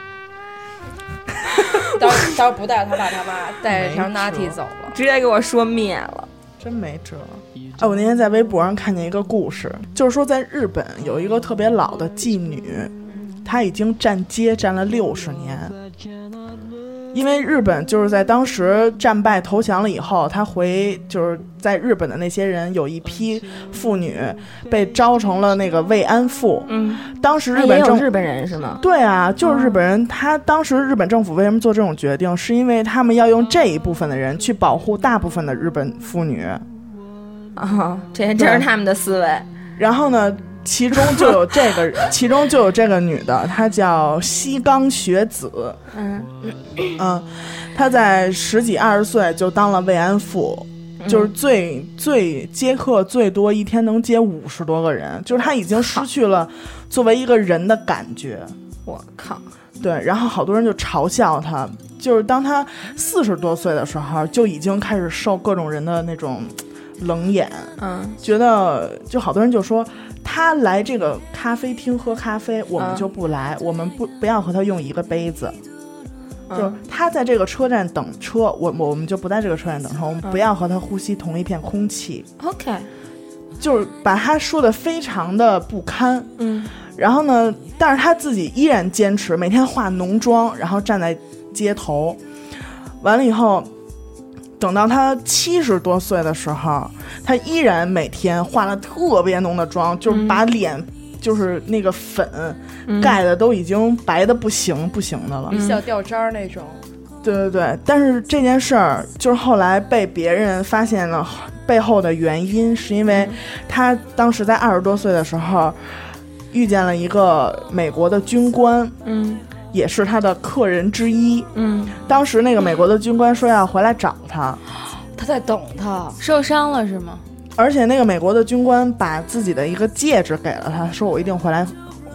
到时候不带他爸他妈，带着条 Natty 走了， 直接给我说灭了， 真没辙。我那天在微博上看见一个故事，就是说在日本有一个特别老的妓女，她已经站街站了60年。因为日本就是在当时战败投降了以后，他就是在日本的那些人有一批妇女被招成了那个慰安妇。当时日本也有日本人是吗？ 对啊，就是日本人。他当时日本政府为什么做这种决定，是因为他们要用这一部分的人去保护大部分的日本妇女。 这是他们的思维。 然后呢，其中就有这个女的，她叫西冈学子。她在10几20岁就当了慰安妇，就是最接客最多，一天能接50多个人，就是她已经失去了作为一个人的感觉。 我靠！ 对，然后好多人就嘲笑她，就是当她40多岁的时候，就已经开始受各种人的那种冷眼。觉得就好多人就说他来这个咖啡厅喝咖啡，我们就不来，我们不要和他用一个杯子。就是他在这个车站等车，我们就不在这个车站等车，我们不要和他呼吸同一片空气。 OK， 就是把他说的非常的不堪。然后呢，但是他自己依然坚持每天化浓妆，然后站在街头。完了以后，等到他70多岁的时候，他依然每天化了特别浓的妆，就是把脸就是那个粉盖的都已经白的不行的了， 小掉渣那种。 对对对，但是这件事儿就是后来被别人发现了背后的原因，是因为他当时在20多岁的时候遇见了一个美国的军官，也是他的客人之一。当时那个美国的军官说要回来找他， 他在等他， 受伤了是吗？ 而且那个美国的军官把自己的一个戒指给了他，说我一定会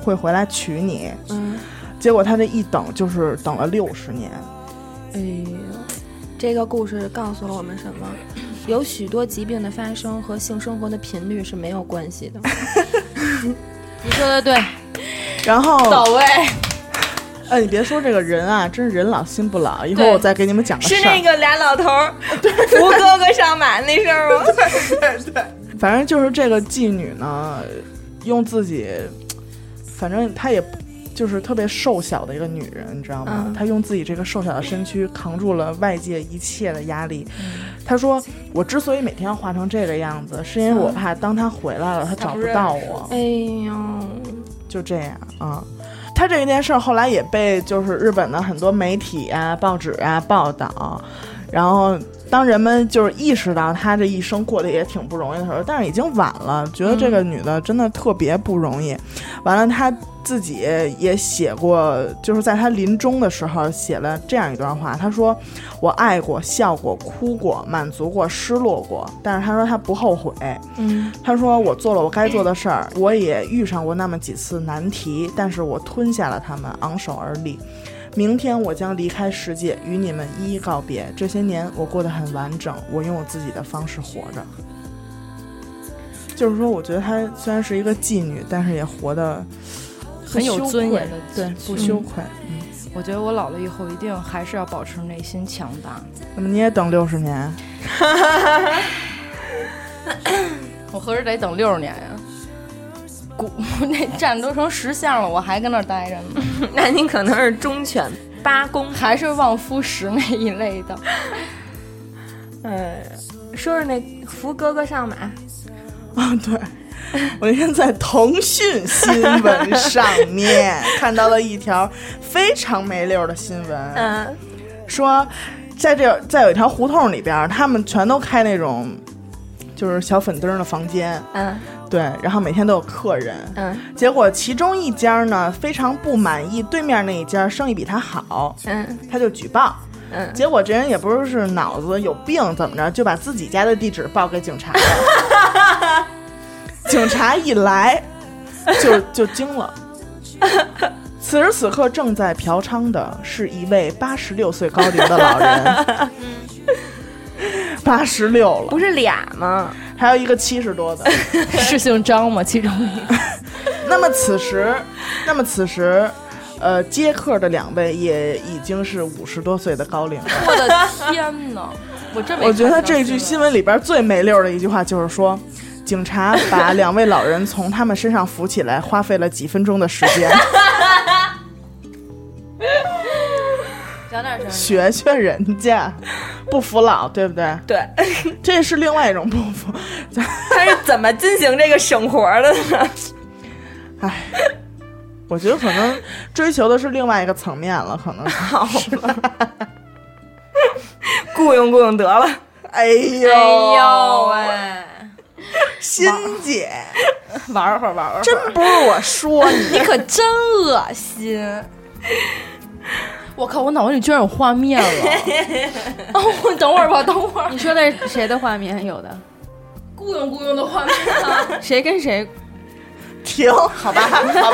会回来娶你。结果他这一等就是等了60年。 哎呀，这个故事告诉了我们什么？有许多疾病的发生和性生活的频率是没有关系的。 你说的对， 然后到位。 你别说这个人啊，真是人老心不老。一会儿我再给你们讲个事儿。 是那个俩老头儿扶哥哥上马那事儿吗？ 对，反正就是这个妓女呢，用自己，反正她也就是特别瘦小的一个女人，你知道吗？她用自己这个瘦小的身躯扛住了外界一切的压力。她说：“我之所以每天要化成这个样子，是因为我怕当她回来了，她找不到我。” 哎呦， 就这样啊。他这件事后来也被就是日本的很多媒体啊、报纸啊报道，然后当人们就是意识到他这一生过得也挺不容易的时候，但是已经晚了，觉得这个女的真的特别不容易。完了，他自己也写过，就是在他临终的时候写了这样一段话，他说：“我爱过、笑过、哭过、满足过、失落过，但是他说他不后悔。他说我做了我该做的事儿，我也遇上过那么几次难题，但是我吞下了他们，昂首而立。明天我将离开世界，与你们一一告别。这些年我过得很完整，我用我自己的方式活着。”就是说，我觉得她虽然是一个妓女，但是也活得很有尊严的， 对，不羞愧。 我觉得我老了以后一定还是要保持内心强大。 那么你也等60年？ 我合着得等60年呀？那站都成石像了，我还跟那儿待着呢。 那你可能是忠犬八公， 还是望夫石那一类的。 说说那扶哥哥上马。 对。我那天在腾讯新闻上面看到了一条非常没溜的新闻，说在有一条胡同里边，他们全都开那种就是小粉灯的房间，对，然后每天都有客人，结果其中一家呢非常不满意对面那一家生意比他好，他就举报。结果这人也不是脑子有病怎么着，就把自己家的地址报给警察了。警察一来就惊了。此时此刻正在嫖娼的是一位86岁高龄的老人。86了， 不是俩吗？ 还有一个70多的。 是姓张吗？其中一个。 那么此时接客的2位也已经是50多岁的高龄了。 我的天哪！我觉得这句新闻里边最没溜的一句话就是说，警察把2位老人从他们身上扶起来，花费了几分钟的时间。 讲点声， 学学人家，不服老，对不对？ 对， 这是另外一种不服。 他是怎么进行这个省活的呢？ 哎，我觉得可能追求的是另外一个层面了，可能好吧。雇佣得了。 哎呦喂！ 欣姐， 玩会儿， 真不是我说你可真恶心！我靠，我脑子里居然有画面了！哦，等会儿吧，等会儿。 你说的谁的画面？有的雇佣的画面啊？ 谁跟谁？ 停，好吧。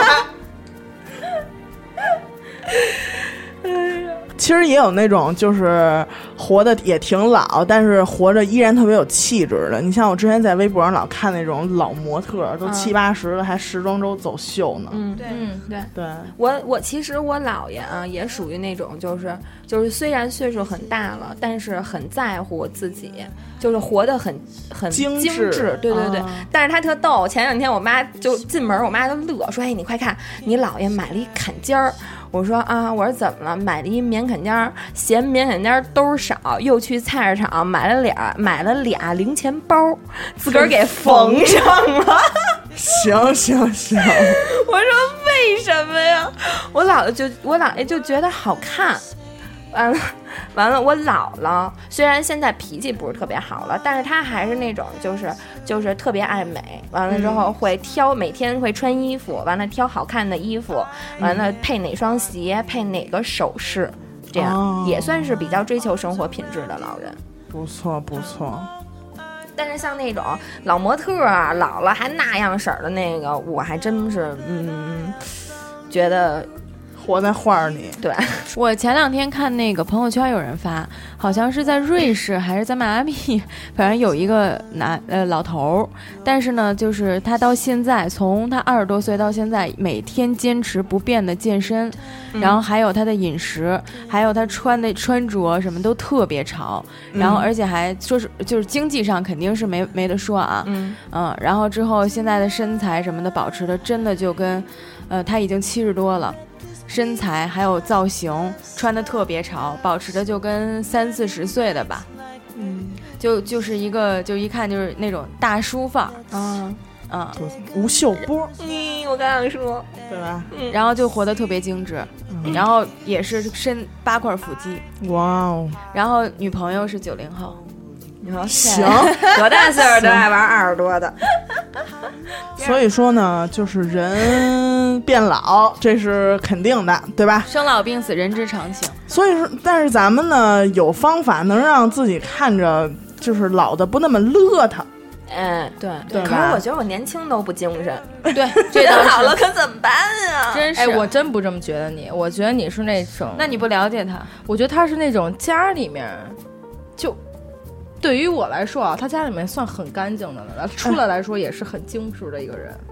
其实也有那种就是活得也挺老，但是活着依然特别有气质的。你像我之前在微博上老看那种老模特，都70、80了，还时装周走秀呢。 对。我其实我姥爷啊，也属于那种就是虽然岁数很大了，但是很在乎自己，就是活得很精致。对。但是他特逗，前2天我妈就进门，我妈就乐说：“哎，你快看，你姥爷买了一坎肩儿。”我说啊，我说怎么了？买了一棉坎肩儿，嫌棉坎肩儿兜少，又去菜市场买了俩零钱包，自个儿给缝上了。 行。我说为什么呀？我姥爷就觉得好看。完了，我姥姥虽然现在脾气不是特别好了，但是她还是那种就是特别爱美。完了之后会挑，每天会穿衣服，完了挑好看的衣服，完了配哪双鞋，配哪个首饰，这样也算是比较追求生活品质的老人。 不错。 但是像那种老模特啊，老了还那样式儿的那个，我还真是觉得活在画里。 对， 我前2天看那个朋友圈有人发，好像是在瑞士还是在迈阿密，反正有一个老头，但是呢，就是他到现在，从他20多岁到现在，每天坚持不变的健身，然后还有他的饮食，还有他穿着什么都特别潮，然后而且还说是就是经济上肯定是没得说啊，然后之后现在的身材什么的保持的真的就跟，他已经70多了。身材还有造型穿的特别潮，保持的就跟30-40岁的吧，就是一个就一看就是那种大叔范儿， 吴秀波， 我刚想说， 对吧？ 然后就活得特别精致，然后也是身8块腹肌， 哇哦！ 然后女朋友是90后。 你说行， 多大岁数都爱玩20多的。 所以说呢，就是人变老，这是肯定的，对吧？ 生老病死，人之常情。 所以说，但是咱们呢，有方法能让自己看着就是老的不那么邋遢。 对。可是我觉得我年轻都不精神。 对，这倒是。 老了可怎么办啊？ 真是。 我真不这么觉得你，我觉得你是那种， 那你不了解他。 我觉得他是那种家里面就。对于我来说啊，他家里面算很干净的了，出来说也是很精致的一个人。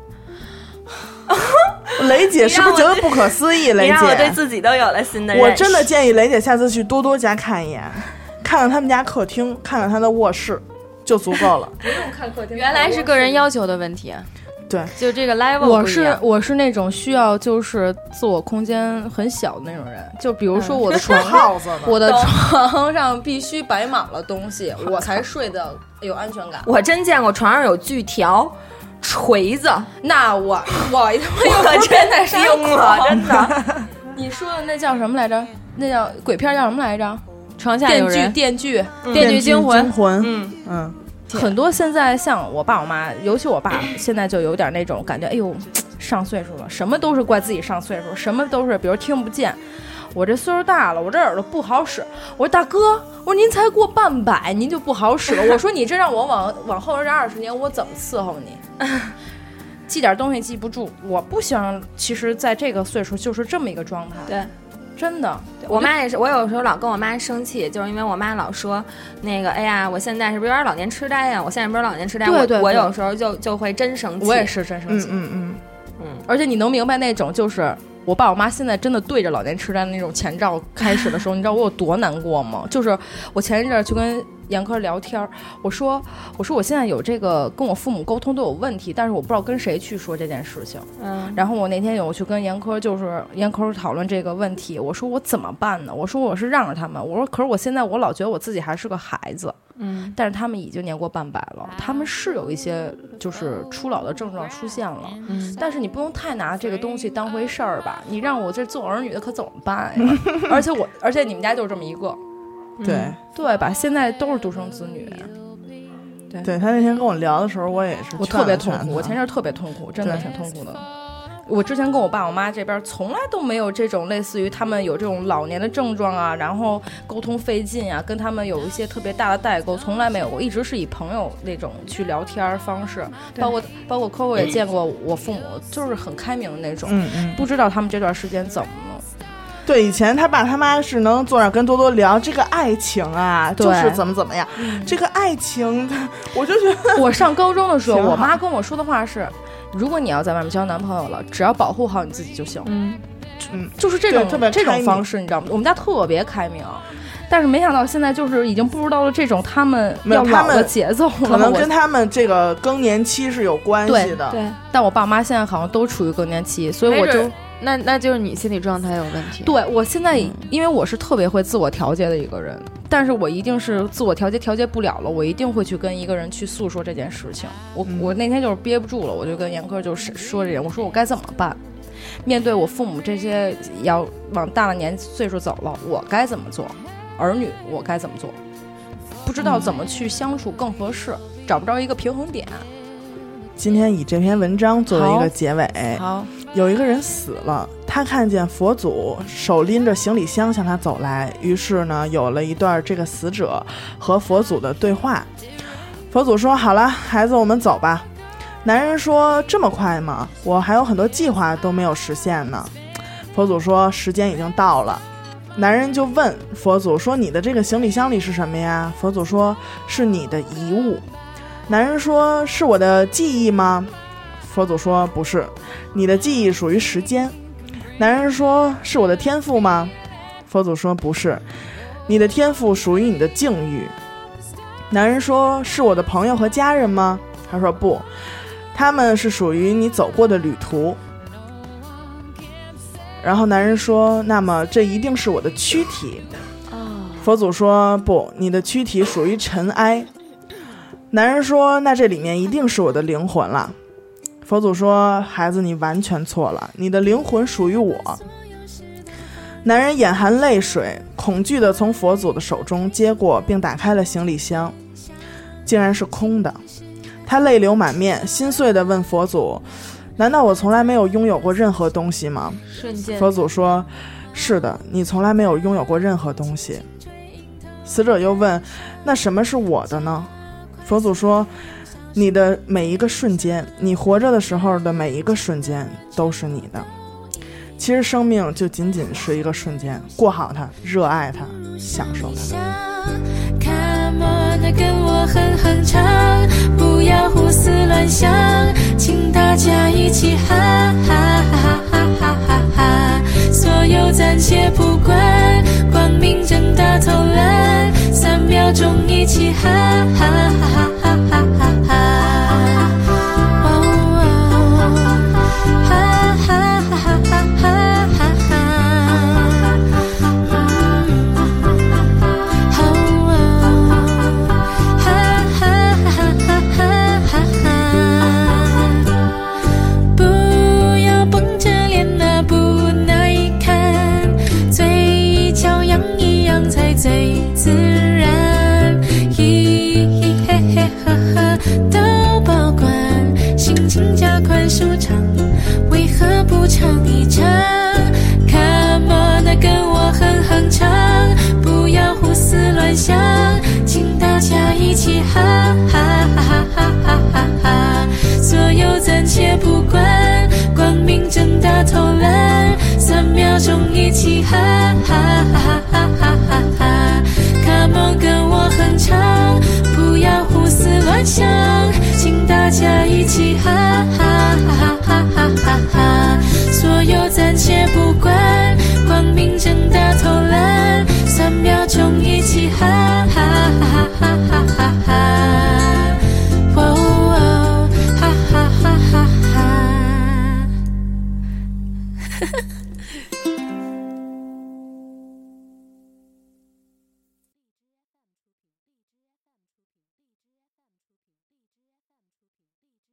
雷姐是不是觉得不可思议？雷姐， 让我对自己都有了新的认识。 我真的建议雷姐下次去多家看一眼，看看他们家客厅，看看他的卧室就足够了。 不用看客厅， 原来是个人要求的问题。 对， 就这个 level 我是那种需要就是自我空间很小的那种人，就比如说我的床我的床上必须摆满了东西，我才睡得有安全感。 我真见过床上有锯条、锤子， 那我真的是用了，真的。 你说的那叫什么来着？那叫鬼片叫什么来着？ 床下有人。 电锯惊魂。 很多现在像我爸我妈，尤其我爸现在就有点那种感觉，哎呦，上岁数了，什么都是怪自己上岁数，什么都是比如听不见。我这岁数大了，我这耳朵不好使。我说大哥，我说您才过半百，您就不好使了。我说你这让我往后这20年，我怎么伺候你？记点东西记不住，我不想。其实在这个岁数就是这么一个状态。 对。 真的， 我妈也是。我有时候老跟我妈生气，就是因为我妈老说那个，哎呀，我现在是不是有点老年痴呆呀？我现在不是老年痴呆，我有时候就会真生气。 我也是真生气。而且你能明白那种，就是我爸我妈现在真的对着老年痴呆的那种前兆开始的时候，你知道我有多难过吗？就是我前一阵去跟严科聊天，我说我现在有这个跟我父母沟通都有问题，但是我不知道跟谁去说这件事情。然后我那天我去跟严科讨论这个问题，我说我怎么办呢？我说我是让着他们，我说可是我现在我老觉得我自己还是个孩子，但是他们已经年过半百了，他们是有一些就是初老的症状出现了，但是你不能太拿这个东西当回事儿吧？你让我这做儿女的可怎么办呀？而且你们家就这么一个。对吧？现在都是独生子女。 对，他那天跟我聊的时候，我也是， 我特别痛苦。我前阵特别痛苦，真的挺痛苦的。我之前跟我爸我妈这边从来都没有这种类似于他们有这种老年的症状啊，然后沟通费劲啊，跟他们有一些特别大的代沟，从来没有过。一直是以朋友那种去聊天方式，包括 Coco 也见过我父母，就是很开明的那种。不知道他们这段时间怎么了。 对，以前他爸他妈是能坐那跟多多聊这个爱情啊，就是怎么样，这个爱情，我就觉得我上高中的时候，我妈跟我说的话是，如果你要在外面交男朋友了，只要保护好你自己就行。就是这种方式，你知道吗？我们家特别开明。但是没想到现在就是已经步入到了这种他们要老的节奏了， 可能跟他们这个更年期是有关系的。 对，但我爸妈现在好像都处于更年期，所以我就那就是你心理状态有问题。 对，我现在因为我是特别会自我调节的一个人，但是我一定是自我调节不了了，我一定会去跟一个人去诉说这件事情。我那天就是憋不住了，我就跟严科就是说这人，我说我该怎么办？面对我父母这些要往大了年岁数走了，我该怎么做？儿女我该怎么做？不知道怎么去相处更合适，找不着一个平衡点。 今天以这篇文章作为一个结尾。 好， 有一个人死了，他看见佛祖手拎着行李箱向他走来，于是呢有了一段这个死者和佛祖的对话。佛祖说，好了孩子，我们走吧。男人说，这么快吗？我还有很多计划都没有实现呢。 佛祖说时间已经到了。男人就问佛祖说你的这个行李箱里是什么呀？佛祖说是你的遗物。男人说是我的记忆吗？佛祖说不是，你的记忆属于时间。男人说是我的天赋吗？佛祖说不是，你的天赋属于你的境遇。男人说是我的朋友和家人吗？他说不，他们是属于你走过的旅途。然后男人说那么这一定是我的躯体。佛祖说不，你的躯体属于尘埃。男人说那这里面一定是我的灵魂了。佛祖说孩子你完全错了，你的灵魂属于我。男人眼含泪水，恐惧地从佛祖的手中接过并打开了行李箱，竟然是空的。他泪流满面，心碎地问佛祖，难道我从来没有拥有过任何东西吗？ 瞬间佛祖说是的，你从来没有拥有过任何东西。死者又问那什么是我的呢？佛祖说你的每一个瞬间，你活着的时候的每一个瞬间都是你的。其实生命就仅仅是一个瞬间，过好它，热爱它，享受它。 Come on， 跟我哼哼唱，不要胡思乱想，请大家一起哈哈哈哈哈哈哈！所有暂且不管，光明正大投篮，3秒钟一起哈哈哈哈哈哈哈！ 最自然，嘿嘿嘿呵呵都保管，心情加快舒畅，为何不唱一唱 ？Come on， 跟我哼哼唱，不要胡思乱想，请大家一起哈哈哈哈哈哈哈！所有暂且不管，光明正大投篮，3秒钟一起哈哈哈。